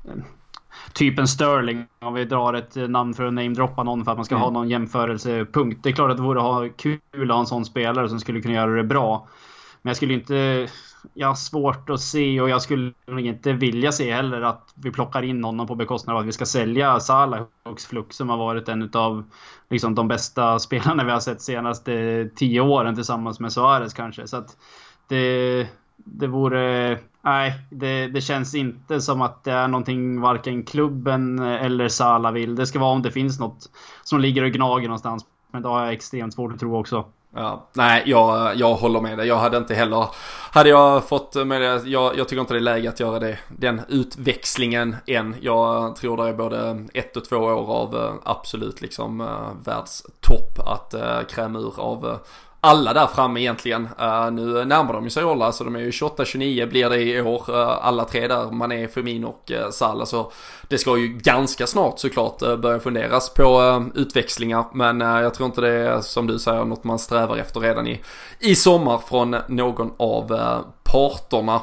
typ en Sterling, om vi drar ett namn för att namedroppa någon för att man ska mm. ha någon jämförelsepunkt. Det är klart att det vore ha kul att ha en sån spelare som skulle kunna göra det bra. Men jag skulle inte, jag har svårt att se, och jag skulle inte vilja se heller att vi plockar in någon på bekostnad av att vi ska sälja Salah och Flux som har varit en av liksom, de bästa spelarna vi har sett senaste tio åren tillsammans med Suarez kanske. Så att det, det vore, nej, det, det känns inte som att det är någonting varken klubben eller Salah vill. Det ska vara om det finns något som ligger och gnager någonstans, men det har jag extremt svårt att tro också. Ja, nej, jag, jag håller med dig. Jag hade inte heller, hade jag fått med det, jag, jag tycker inte det är läge att göra det, den utväxlingen än. Jag tror det är både ett och två år av absolut liksom uh, världstopp att uh, kräma ur av uh, alla där framme egentligen. Uh, nu närmar de ju sig åldrar, så de är ju tjugoåtta tjugonio blir det i år. Uh, alla tre där, Mané, Firmino och uh, Salah. Så det ska ju ganska snart såklart uh, börja funderas på uh, utväxlingar. Men uh, jag tror inte det är, som du säger, något man strävar efter redan i, i sommar från någon av uh, parterna.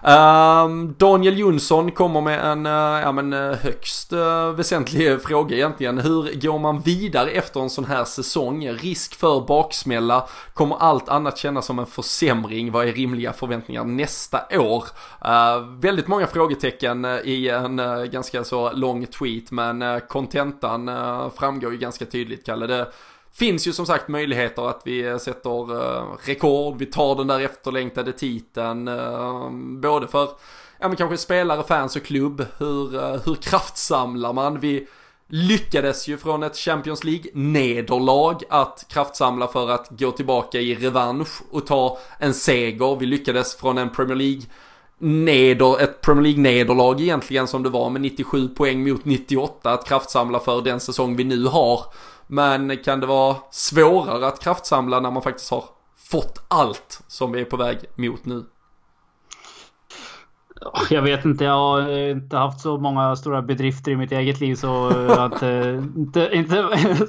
Uh, Daniel Jonsson kommer med en uh, ja, men, uh, högst uh, väsentlig fråga egentligen. Hur går man vidare efter en sån här säsong? Risk för baksmälla. Kommer allt annat kännas som en försämring? Vad är rimliga förväntningar nästa år? Uh, väldigt många frågetecken uh, i en uh, ganska så lång tweet, men kontentan uh, uh, framgår ju ganska tydligt, Kalle. Det finns ju som sagt möjligheter att vi sätter uh, rekord, vi tar den där efterlängtade titeln, uh, både för ja, men kanske spelare, fans och klubb. Hur, uh, hur kraftsamlar man? Vi lyckades ju från ett Champions League-nederlag att kraftsamla för att gå tillbaka i revansch och ta en seger. Vi lyckades från en Premier League neder, ett Premier League-nederlag egentligen som det var med nittiosju poäng mot nittioåtta att kraftsamla för den säsong vi nu har. Men kan det vara svårare att kraftsamla när man faktiskt har fått allt som vi är på väg mot nu? Jag vet inte, jag har inte haft så många stora bedrifter i mitt eget liv så att inte, inte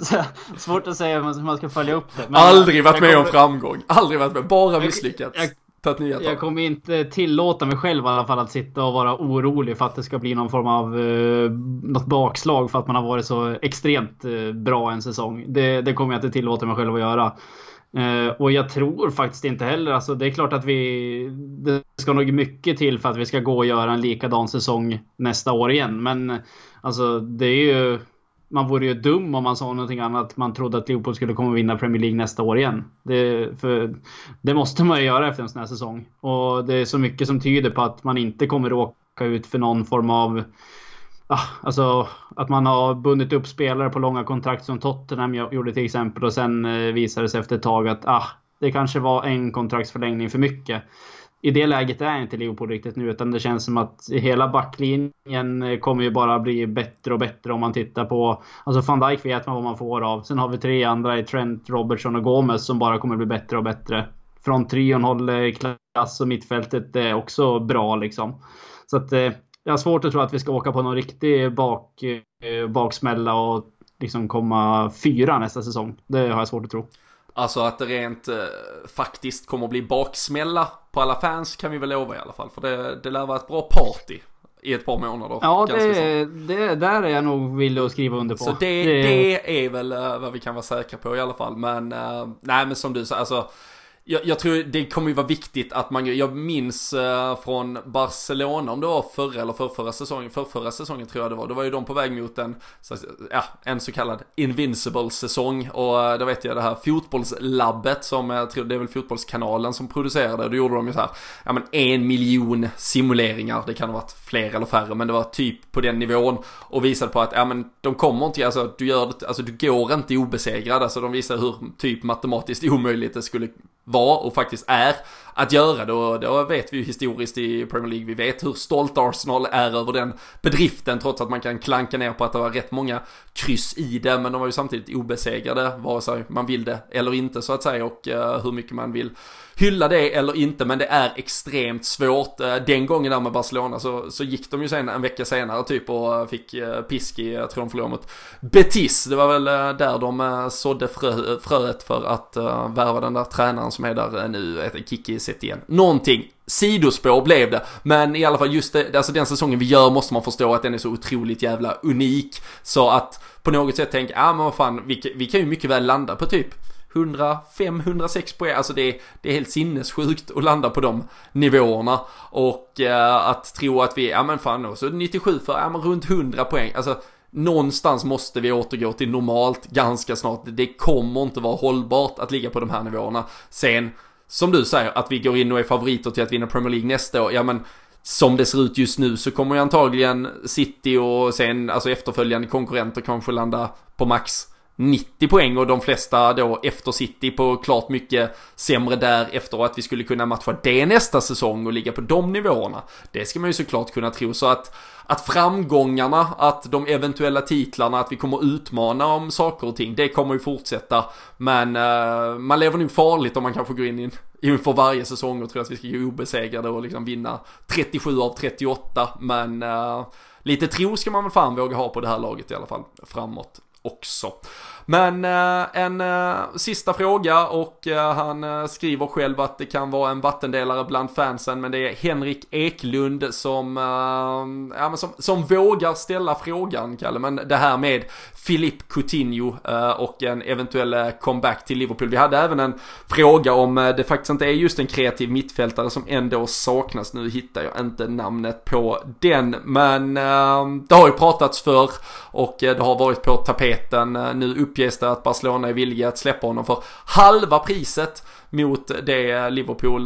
svårt att säga hur man ska följa upp det. Men aldrig varit med kommer, om framgång, aldrig varit med, bara misslyckats. Jag, jag, jag kommer inte tillåta mig själv i alla fall att sitta och vara orolig för att det ska bli någon form av eh, något bakslag för att man har varit så extremt eh, bra en säsong. Det, det kommer jag inte tillåta mig själv att göra. Uh, och jag tror faktiskt inte heller, alltså det är klart att vi det ska nog mycket till för att vi ska gå och göra en likadan säsong nästa år igen, men alltså det är ju, man vore ju dum om man sa någonting annat, man trodde att Liverpool skulle komma och vinna Premier League nästa år igen. Det, för det måste man ju göra efter en sån här säsong, och det är så mycket som tyder på att man inte kommer råka ut för någon form av Ah, alltså att man har bundit upp spelare på långa kontrakt som Tottenham gjorde till exempel, och sen eh, visade det sig efter ett tag att ah, det kanske var en kontraktsförlängning för mycket. I det läget är inte Liverpool riktigt nu, utan det känns som att hela backlinjen kommer ju bara bli bättre och bättre om man tittar på, alltså Van Dijk vet man vad man får av. Sen har vi tre andra i Trent, Robertson och Gomez som bara kommer bli bättre och bättre. Från trion håller klass och mittfältet är också bra liksom. Så att eh, jag har svårt att tro att vi ska åka på någon riktig bak, baksmälla och liksom komma fyra nästa säsong. Det har jag svårt att tro. Alltså att det rent eh, faktiskt kommer att bli baksmälla på alla fans kan vi väl lova i alla fall. För det, det lär vara ett bra party i ett par månader. Ja, det, det där är jag nog villig att skriva under på. Så det, det... det är väl uh, vad vi kan vara säkra på i alla fall. Men uh, nej, men som du sa, alltså Jag, jag tror det kommer ju vara viktigt att man, jag minns uh, från Barcelona, om det var förra eller för förra säsongen, för förra säsongen tror jag det var, då var ju de på väg mot en, så, ja, en så kallad invincible säsong, och uh, då vet jag det här fotbollslabbet som jag tror det är väl fotbollskanalen som producerade, då gjorde de ju så här, ja men en miljon simuleringar, det kan ha varit fler eller färre, men det var typ på den nivån, och visade på att ja men de kommer inte, alltså du gör det, alltså du går inte obesegrad, alltså de visar hur typ matematiskt omöjligt det skulle var och faktiskt är att göra det, och då vet vi ju historiskt i Premier League, vi vet hur stolt Arsenal är över den bedriften, trots att man kan klanka ner på att det var rätt många kryss i det, men de var ju samtidigt obesegrade vare sig man vill det eller inte så att säga, och uh, hur mycket man vill hylla det eller inte, men det är extremt svårt. Den gången där med Barcelona så, så gick de ju sen en vecka senare typ och fick pisk i, jag tror de förlorade mot Betis. Det var väl där de sådde frö, fröet för att uh, värva den där tränaren som är där nu, ett Kiki Setien. Någonting sidospår blev det, men i alla fall just det, alltså den säsongen vi gör måste man förstå att den är så otroligt jävla unik, så att på något sätt tänka, ja ah, men vad fan, vi, vi kan ju mycket väl landa på typ hundrafem hundrasex poäng, alltså det, det är helt sinnessjukt att landa på de nivåerna, och eh, att tro att vi, ja men fan då, så nittiosju för, ja men runt hundra poäng, alltså någonstans måste vi återgå till normalt ganska snart, det kommer inte vara hållbart att ligga på de här nivåerna. Sen, som du säger, att vi går in och är favoriter till att vinna Premier League nästa år, ja men som det ser ut just nu så kommer ju antagligen City och sen alltså efterföljande konkurrenter kanske landa på max nittio poäng, och de flesta då efter City på klart mycket sämre där, efter att vi skulle kunna matcha det nästa säsong och ligga på de nivåerna. Det ska man ju såklart kunna tro, så att att framgångarna, att de eventuella titlarna, att vi kommer utmana om saker och ting, det kommer ju fortsätta, men uh, man lever nog farligt om man kanske går in in inför varje säsong och tror att vi ska gå obesegrade och liksom vinna trettiosju av trettioåtta, men uh, lite tro ska man väl fan våga ha på det här laget i alla fall framåt också. Men eh, en eh, sista fråga, och eh, han eh, skriver själv att det kan vara en vattendelare bland fansen, men det är Henrik Eklund som, eh, ja, men som, som vågar ställa frågan, Kalle, men det här med Philippe Coutinho eh, och en eventuell comeback till Liverpool. Vi hade även en fråga om eh, det faktiskt inte är just en kreativ mittfältare som ändå saknas. Nu hittar jag inte namnet på den, men eh, det har ju pratats för, och eh, det har varit på tapeten. Eh, nu uppges det att Barcelona är villiga att släppa honom för halva priset mot det Liverpool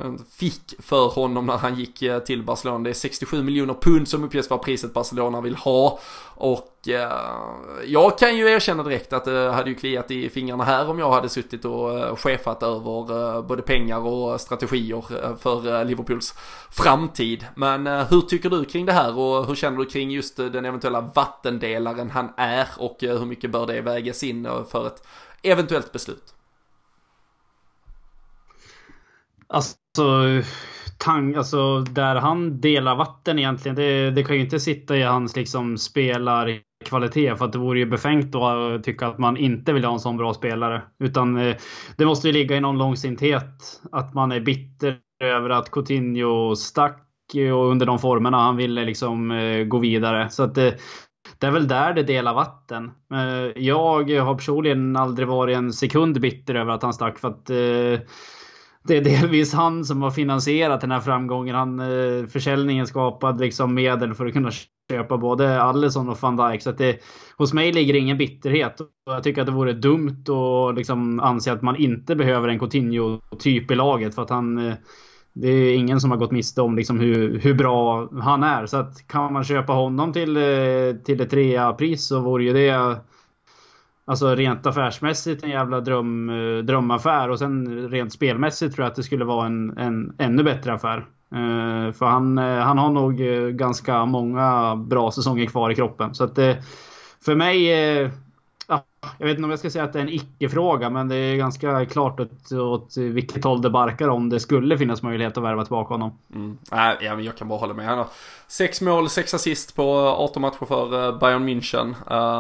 fick för honom när han gick till Barcelona. Det är sextiosju miljoner pund som uppges vara priset Barcelona vill ha, och eh, jag kan ju erkänna direkt att det hade ju kliat i fingrarna här om jag hade suttit och chefat över eh, både pengar och strategier för Liverpools framtid. Men eh, hur tycker du kring det här, och hur känner du kring just den eventuella vattendelaren han är, och eh, hur mycket bör det vägas in för ett eventuellt beslut? Alltså, tang, alltså där han delar vatten egentligen, det, det kan ju inte sitta i hans liksom spelarkvalitet, för att det vore ju befängt att tycka att man inte vill ha en sån bra spelare. Utan eh, det måste ju ligga i någon långsinthet, att man är bitter över att Coutinho stack och under de formerna han ville liksom eh, gå vidare. Så att det, det är väl där det delar vatten. Eh, jag har personligen aldrig varit en sekund bitter över att han stack, för att eh, det är delvis han som har finansierat den här framgången. Han, eh, försäljningen skapade liksom medel för att kunna köpa både Alisson och Van Dijk. Så att det, hos mig ligger ingen bitterhet. Och jag tycker att det vore dumt att liksom anse att man inte behöver en Coutinho-typ i laget. För att han, eh, det är ingen som har gått miste om liksom hur, hur bra han är. Så att kan man köpa honom till, eh, till ett rea-pris, så vore ju det... Alltså rent affärsmässigt en jävla dröm, drömaffär. Och sen rent spelmässigt tror jag att det skulle vara en, en ännu bättre affär. Uh, för han, han har nog ganska många bra säsonger kvar i kroppen. Så att det, för mig... Uh, jag vet inte om jag ska säga att det är en icke-fråga, men det är ganska klart åt, åt vilket håll det barkar om det skulle finnas möjlighet att värva tillbaka honom. Mm. Äh, ja, men jag kan bara hålla med. Han har sex mål, sex assist på arton matcher för Bayern München.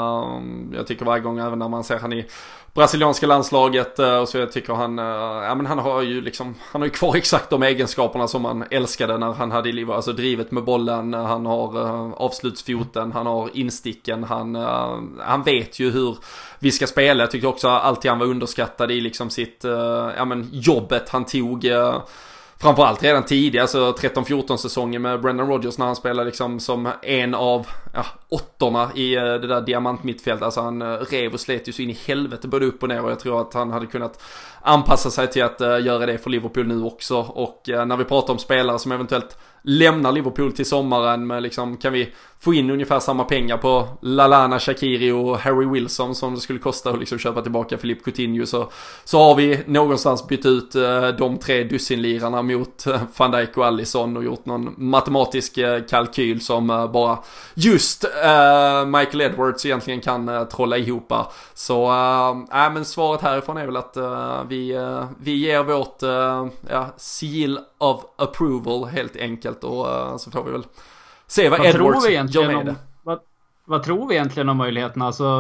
Uh, jag tycker varje gång, även när man ser han i brasilianska landslaget, uh, och så jag tycker han, uh, ja, men han har ju liksom, han har ju kvar exakt de egenskaperna som man älskade när han hade i livet. Alltså drivet med bollen, han har uh, avslutsfoten, han har insticken, han, uh, han vet ju hur vi ska spela. Jag tyckte också alltid han var underskattad i liksom sitt, uh, ja men jobbet han tog, uh, framförallt redan tidigare, alltså tretton fjorton säsongen med Brendan Rodgers, när han spelade liksom som en av ja, åttorna i det där diamantmittfält. Alltså han rev och slet ju så in i helvete både upp och ner, och jag tror att han hade kunnat anpassa sig till att uh, göra det för Liverpool nu också. Och uh, när vi pratar om spelare som eventuellt lämnar Liverpool till sommaren, med liksom, kan vi få in ungefär samma pengar på Lallana, Shaqiri och Harry Wilson som det skulle kosta att liksom köpa tillbaka Philippe Coutinho, så, så har vi någonstans bytt ut uh, de tre dussinlirarna mot uh, Van Dijk och Alisson och gjort någon matematisk uh, kalkyl som uh, bara just uh, Michael Edwards egentligen kan uh, trolla ihop. Så uh, äh, men svaret härifrån är väl att uh, vi, uh, vi ger vårt uh, ja, seal of approval helt enkelt, och uh, så får vi väl se vad, vad Edwards gör med om, det. Vad, vad tror vi egentligen om möjligheterna? Alltså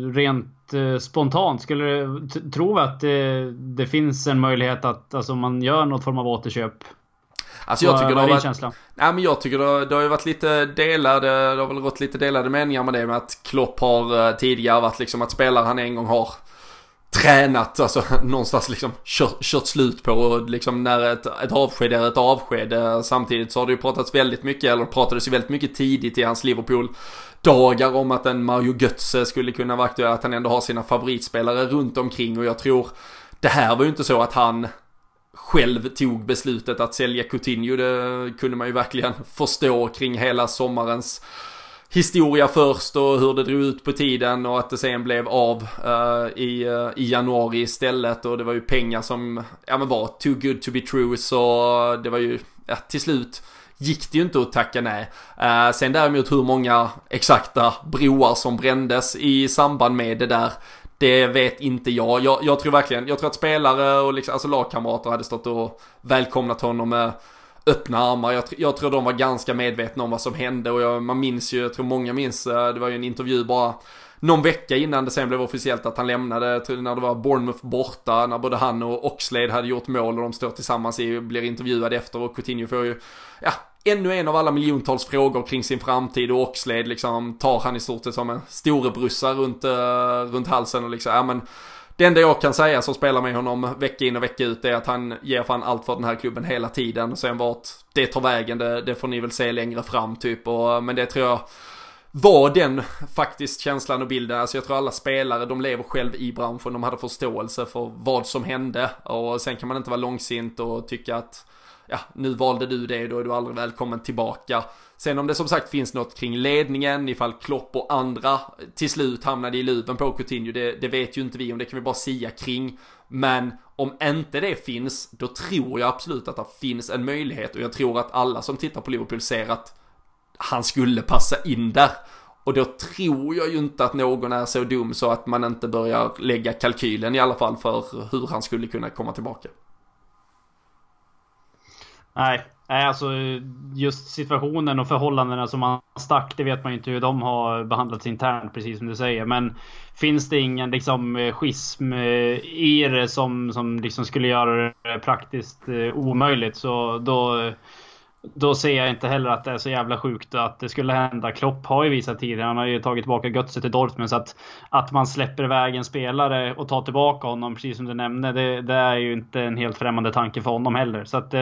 rent uh, spontant, skulle du t- tro att det, det finns en möjlighet att alltså, man gör något form av återköp? Alltså jag tycker, vad, det vad har varit, nej, men jag tycker det, det har ju varit lite delade, det har väl gått lite delade meningar med det, med att Klopp har tidigare varit liksom att spelare han en gång har tränat, alltså någonstans liksom kört, kört slut på, och liksom när ett, ett avsked är ett avsked. Samtidigt så har det ju pratats väldigt mycket, eller pratades ju väldigt mycket tidigt i hans Liverpool-dagar om att en Mario Götze skulle kunna vara aktuell, att han ändå har sina favoritspelare runt omkring. Och jag tror, det här var ju inte så att han själv tog beslutet att sälja Coutinho. Det kunde man ju verkligen förstå kring hela sommarens historia först och hur det drog ut på tiden, och att det sen blev av uh, i, uh, i januari istället. Och det var ju pengar som ja, men var too good to be true, så det var ju ja, till slut gick det ju inte att tacka nej. Uh, sen däremot hur många exakta broar som brändes i samband med det där, det vet inte jag. Jag, jag tror verkligen, jag tror att spelare och liksom, alltså lagkamrater hade stått och välkomnat honom med öppna armar. Jag, jag tror de var ganska medvetna om vad som hände, och jag, man minns ju, jag tror många minns, det var ju en intervju bara någon vecka innan det sen blev officiellt att han lämnade, när det var Bournemouth borta, när både han och Oxlade hade gjort mål och de står tillsammans i, blir intervjuade efter, och Coutinho får ju ja, ännu en av alla miljontals frågor kring sin framtid, och Oxlade liksom tar han i stort sett som en storebrussa runt, uh, runt halsen, och liksom, ja men det enda jag kan säga som spelar med honom vecka in och vecka ut är att han ger fan allt för den här klubben hela tiden. Och sen vart det tar vägen, det, det får ni väl se längre fram typ. Och, men det tror jag var den faktiskt känslan och bilden. Alltså jag tror alla spelare, de lever själv i branschen, de hade förståelse för vad som hände. Och sen kan man inte vara långsint och tycka att ja, nu valde du det, då är du aldrig välkommen tillbaka. Sen om det som sagt finns något kring ledningen, ifall Klopp och andra till slut hamnade i luven på Coutinho, det, det vet ju inte vi, om det kan vi bara sia kring. Men om inte det finns, då tror jag absolut att det finns en möjlighet, och jag tror att alla som tittar på Liverpool ser att han skulle passa in där. Och då tror jag ju inte att någon är så dum så att man inte börjar lägga kalkylen i alla fall för hur han skulle kunna komma tillbaka. Nej, nej, alltså just situationen och förhållandena som man stack, det vet man ju inte hur de har behandlats internt, precis som du säger. Men finns det ingen liksom schism i det som, som liksom skulle göra det praktiskt omöjligt, så då, då ser jag inte heller att det är så jävla sjukt att det skulle hända. Klopp har ju visat tidigare, han har ju tagit tillbaka Götze till Dortmund, så att, att man släpper iväg en spelare och tar tillbaka honom, precis som du nämnde, det, det är ju inte en helt främmande tanke för honom heller. Så att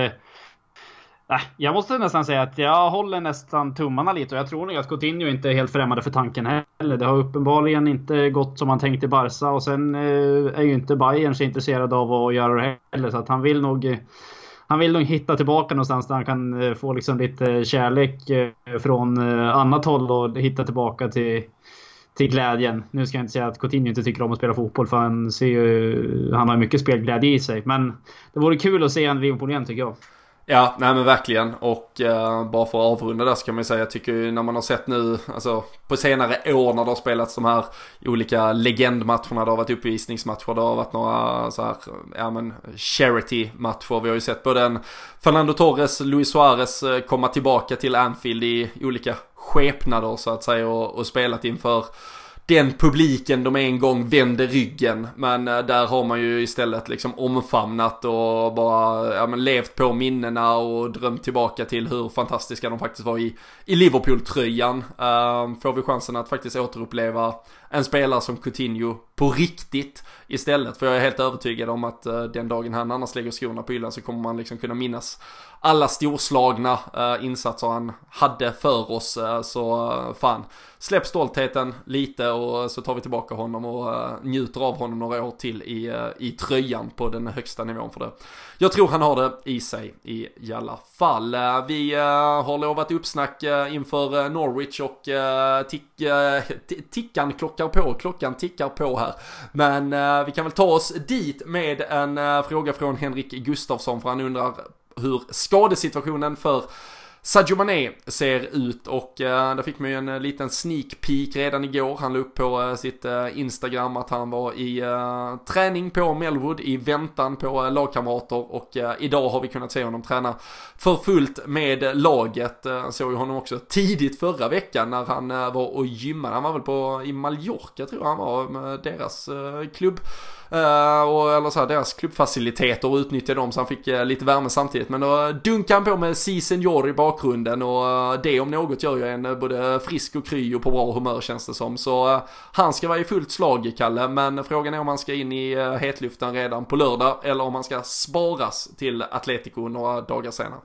Nej, jag måste nästan säga att jag håller nästan tummarna lite, och jag tror nog att Coutinho inte är helt främmande för tanken heller. Det har uppenbarligen inte gått som man tänkte i Barca, och sen eh, är ju inte Bayern så intresserad av att göra det heller, så att han vill nog han vill nog hitta tillbaka någonstans där han kan eh, få liksom lite kärlek eh, från eh, annat håll och hitta tillbaka till till glädjen. Nu ska jag inte säga att Coutinho inte tycker om att spela fotboll, för han ser ju, han har mycket spelglädje i sig, men det vore kul att se en Liverpool igen, tycker jag. Ja, nej men verkligen. Och uh, bara för att avrunda där så kan man ju säga, jag tycker ju när man har sett nu, alltså på senare år när det har spelats de här olika legendmatcherna, det har varit uppvisningsmatcher, det har varit några så här, ja men charity-matcher. Vi har ju sett både en Fernando Torres, Luis Suarez komma tillbaka till Anfield i olika skepnader så att säga, och, och spelat inför den publiken de en gång vände ryggen, men där har man ju istället liksom omfamnat och bara ja, men levt på minnena och drömt tillbaka till hur fantastiska de faktiskt var i, i Liverpool-tröjan. Uh, får vi chansen att faktiskt återuppleva en spelare som Coutinho på riktigt istället, för jag är helt övertygad om att uh, den dagen han annars lägger skorna på hyllan så kommer man liksom kunna minnas alla storslagna uh, insatser han hade för oss. Uh, så uh, fan, släpp stoltheten lite och så tar vi tillbaka honom och uh, njuter av honom några år till i, uh, i tröjan på den högsta nivån för det. Jag tror han har det i sig i, i alla fall. Uh, vi uh, har lovat uppsnack uh, inför uh, Norwich och uh, tick, uh, t- tickan klockar på, klockan tickar på här. Men uh, vi kan väl ta oss dit med en uh, fråga från Henrik Gustafsson, för han undrar hur skadesituationen för Sadio Mané ser ut, och eh, där fick man ju en eh, liten sneak peek redan igår. Han la upp på eh, sitt eh, Instagram att han var i eh, träning på Melwood i väntan på eh, lagkamrater, och eh, idag har vi kunnat se honom träna för fullt med laget. Eh, såg ju honom också tidigt förra veckan när han eh, var och gymmade. Han var väl på i Mallorca, tror jag han var, med deras eh, klubb. Uh, och eller så här, deras klubbfaciliteter, och utnyttjade dem så han fick uh, lite värme samtidigt. Men då dunkade han på med Si Senior i bakgrunden, och uh, det om något gör ju en uh, både frisk och kry och på bra humör, känns det som. Så uh, han ska vara i fullt slag, Kalle, men frågan är om han ska in i uh, hetluften redan på lördag eller om han ska sparas till Atletico några dagar senare.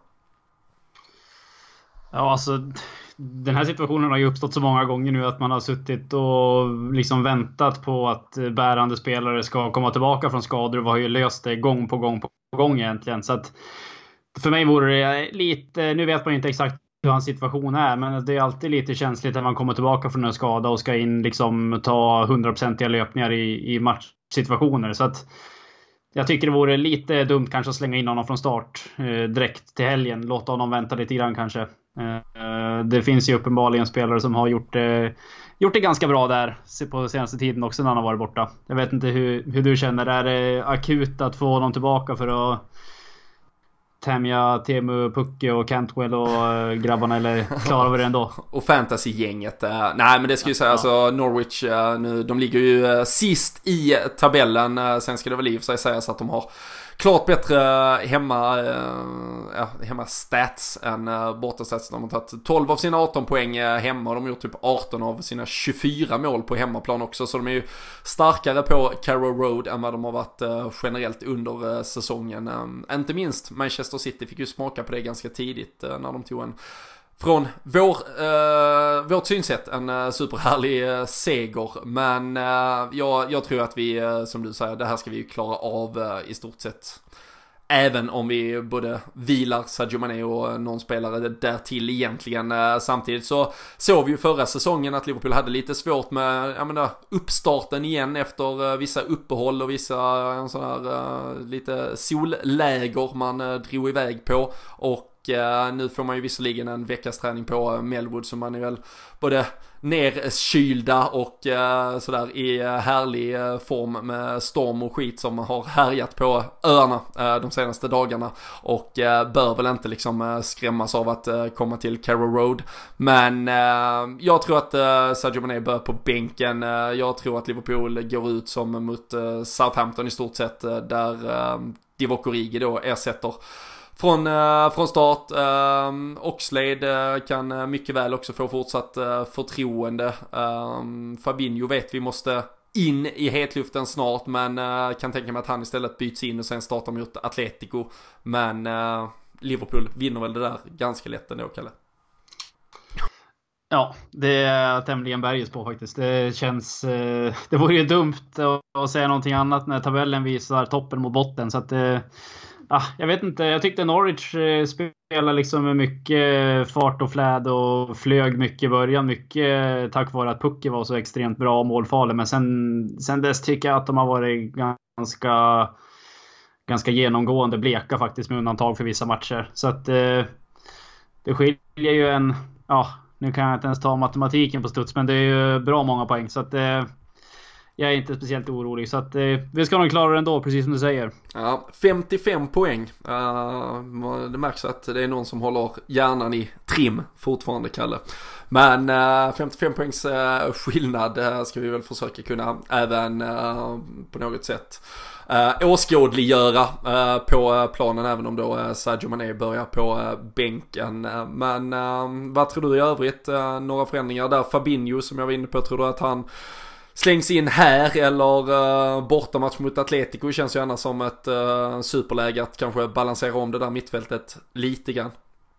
Ja, alltså den här situationen har ju uppstått så många gånger nu att man har suttit och liksom väntat på att bärande spelare ska komma tillbaka från skador, och vi har ju löst det gång på gång på gång egentligen. Så att för mig vore det lite, nu vet man ju inte exakt hur hans situation är, men det är alltid lite känsligt när man kommer tillbaka från en skada och ska in liksom ta hundraprocentiga löpningar i, i matchsituationer. Så att jag tycker det vore lite dumt kanske att slänga in honom från start eh, direkt till helgen. Låta honom vänta lite grann kanske. Eh, det finns ju uppenbarligen spelare som har gjort, eh, gjort det ganska bra där på senaste tiden också när han har varit borta. Jag vet inte hur, hur du känner. Är det akut att få honom tillbaka för att tämja Temu, Pucke och Cantwell och grabbarna, eller klarar vi det ändå? Och fantasy-gänget. Uh, nej, men det ska ju säga, ja. Alltså Norwich, uh, nu, de ligger ju uh, sist i tabellen. Uh, sen ska det väl i och för sig sägas att de har klart bättre hemma, uh, ja, hemma stats än uh, borta stats. De har tagit tolv av sina arton poäng uh, hemma, och de har gjort typ arton av sina tjugofyra mål på hemmaplan också. Så de är ju starkare på Carrow Road än vad de har varit uh, generellt under uh, säsongen. Um, inte minst Manchester City fick ju smaka på det ganska tidigt uh, när de tog en, från vår, uh, vårt synsätt, en uh, superhärlig uh, seger. Men uh, jag, jag tror att vi, uh, som du säger, det här ska vi ju klara av uh, i stort sett. Även om vi både vilar Sadio Mané och någon spelare där till egentligen. Uh, samtidigt så såg vi ju förra säsongen att Liverpool hade lite svårt med, jag menar, uppstarten igen efter uh, vissa uppehåll och vissa uh, sån här, uh, lite solläger man uh, drog iväg på. Och Uh, nu får man ju visserligen en veckas träning på uh, Melwood, som man är väl både nerkylda och eh, sådär i härlig eh, form med storm och skit som har härjat på öarna eh, de senaste dagarna och eh, bör väl inte liksom eh, skrämmas av att eh, komma till Carrow Road. Men eh, jag tror att eh, Sadio Mané bör på bänken. Eh, jag tror att Liverpool går ut som mot eh, Southampton i stort sett eh, där eh, Divock Origi då ersätter Från, uh, från start. uh, Oxlade uh, kan uh, mycket väl också få fortsatt uh, förtroende. uh, Fabinho vet vi måste in i hetluften snart, men uh, kan tänka mig att han istället byts in och sen startar mot Atletico. Men uh, Liverpool vinner väl det där ganska lätt ändå, Kalle. Ja, det är tämligen berges på faktiskt. Det känns, uh, det vore ju dumt att, att säga någonting annat när tabellen visar toppen mot botten, så att uh, Ah, jag vet inte, jag tyckte Norwich eh, spelade liksom med mycket fart och fläd och flög mycket i början. Mycket eh, tack vare att Pucke var så extremt bra och målfarlig. Men sen, sen dess tycker jag att de har varit ganska, ganska genomgående bleka faktiskt, med undantag för vissa matcher. Så att eh, det skiljer ju en, ja, nu kan jag inte ens ta matematiken på studs, men det är ju bra många poäng. Så att eh, jag är inte speciellt orolig, så att eh, vi ska nog klara det ändå, precis som du säger. Ja, femtiofem poäng. Uh, det märks att det är någon som håller hjärnan i trim fortfarande, Kalle. Men uh, femtiofem poängs uh, skillnad uh, ska vi väl försöka kunna även uh, på något sätt uh, åskådliggöra uh, på planen, även om då uh, Sadio Mané börjar på uh, bänken. Uh, men uh, vad tror du i övrigt? Uh, några förändringar där? Fabinho som jag var inne på, tror du att han slängs in här eller uh, bortamatch mot Atletico? Känns ju annars som ett uh, superläge att kanske balansera om det där mittfältet lite grann.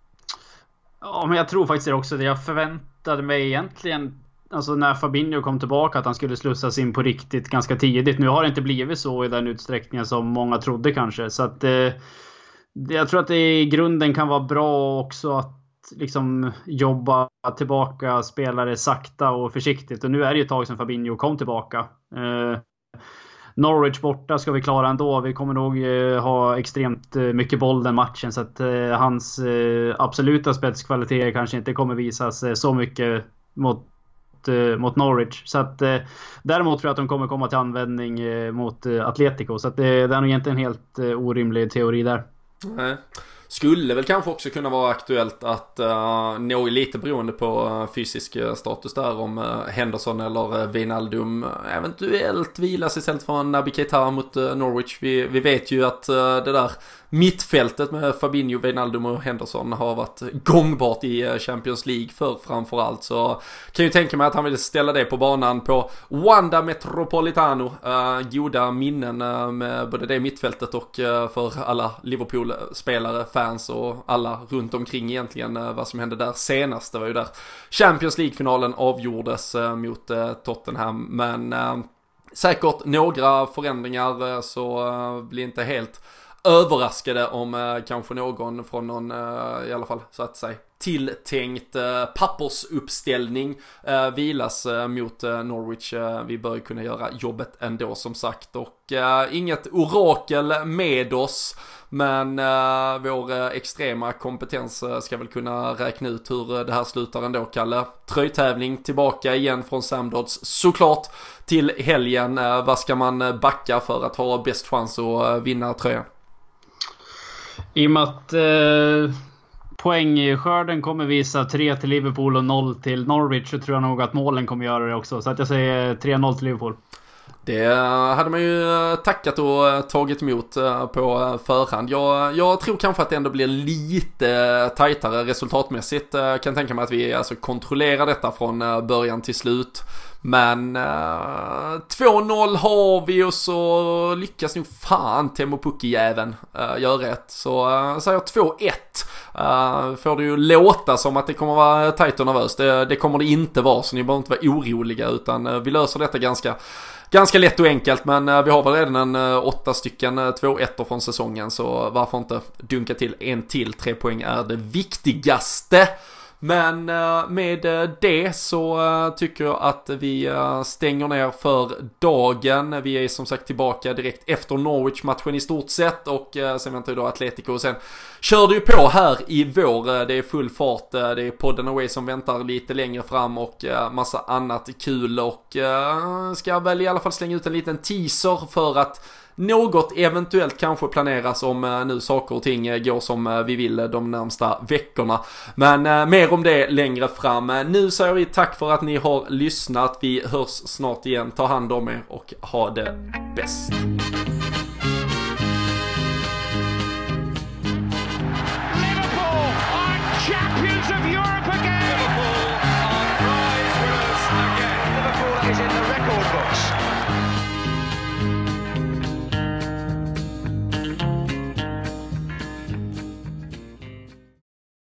Ja, men jag tror faktiskt det också. Det jag förväntade mig egentligen, alltså när Fabinho kom tillbaka, att han skulle slussas in på riktigt ganska tidigt. Nu har det inte blivit så i den utsträckningen som många trodde kanske. Så att eh, jag tror att det i grunden kan vara bra också att liksom jobba tillbaka spelare sakta och försiktigt. Och nu är det ju ett tag sedan Fabinho kom tillbaka. Eh, Norwich borta ska vi klara ändå. Vi kommer nog eh, ha extremt eh, mycket boll den matchen, så att eh, hans eh, absoluta spetskvaliteter kanske inte kommer visas eh, så mycket mot, eh, mot Norwich. Så att eh, däremot tror jag att de kommer komma till användning eh, mot eh, Atletico. Så att eh, det är nog inte en helt eh, orimlig teori där. Nej. Skulle väl kanske också kunna vara aktuellt att uh, nå lite beroende på uh, fysisk uh, status där, om uh, Henderson eller uh, Wijnaldum uh, eventuellt vilas istället för Naby Keita mot uh, Norwich. Vi, vi vet ju att uh, det där mittfältet med Fabinho, Wijnaldum och Henderson har varit gångbart i uh, Champions League för framförallt, så kan ju tänka mig att han vill ställa det på banan på Wanda Metropolitano. Uh, goda minnen uh, med både det mittfältet och uh, för alla Liverpool-spelare, fans och alla runt omkring egentligen. Vad som hände där senast, det var ju där Champions League-finalen avgjordes eh, mot eh, Tottenham. Men eh, säkert några förändringar, eh, så eh, blir inte helt överraskade om eh, kanske någon från någon, eh, i alla fall så att säga, tilltänkt eh, pappersuppställning eh, vilas eh, mot eh, Norwich. Eh, vi bör kunna göra jobbet ändå, som sagt, och eh, inget orakel med oss, men eh, vår eh, extrema kompetens eh, ska väl kunna räkna ut hur eh, det här slutar ändå, Kalle. Tröjtävling tillbaka igen från Sam Dodds såklart till helgen. Eh, vad ska man backa för att ha bäst chans att eh, vinna tröjan? I och med att eh, poängskörden kommer visa tre till Liverpool och noll till Norwich, så tror jag nog att målen kommer göra det också. Så att jag säger tre noll till Liverpool. Det hade man ju tackat och tagit emot på förhand. Jag, jag tror kanske att det ändå blir lite tajtare resultatmässigt. Jag kan tänka mig att vi alltså kontrollerar detta från början till slut. Men uh, två noll har vi, och så lyckas nog fan Teemu Pukki-jäveln uh, göra rätt. Så uh, säger jag två ett. Uh, får det ju låta som att det kommer vara tajt och nervöst. Det, det kommer det inte vara, så ni behöver inte vara oroliga, utan uh, vi löser detta ganska Ganska lätt och enkelt, men uh, vi har väl redan en uh, åtta stycken uh, två ett från säsongen, så varför inte dunka till en till? Tre poäng är det viktigaste. Men med det så tycker jag att vi stänger ner för dagen. Vi är som sagt tillbaka direkt efter Norwich-matchen i stort sett. Och sen väntar ju då Atletico. Och sen kör du ju på här i vår. Det är full fart. Det är podden Away som väntar lite längre fram. Och massa annat kul. Och ska väl i alla fall slänga ut en liten teaser för att något eventuellt kanske planeras om nu saker och ting går som vi vill de närmsta veckorna. Men eh, mer om det längre fram. Nu säger vi tack för att ni har lyssnat. Vi hörs snart igen. Ta hand om er och ha det bäst.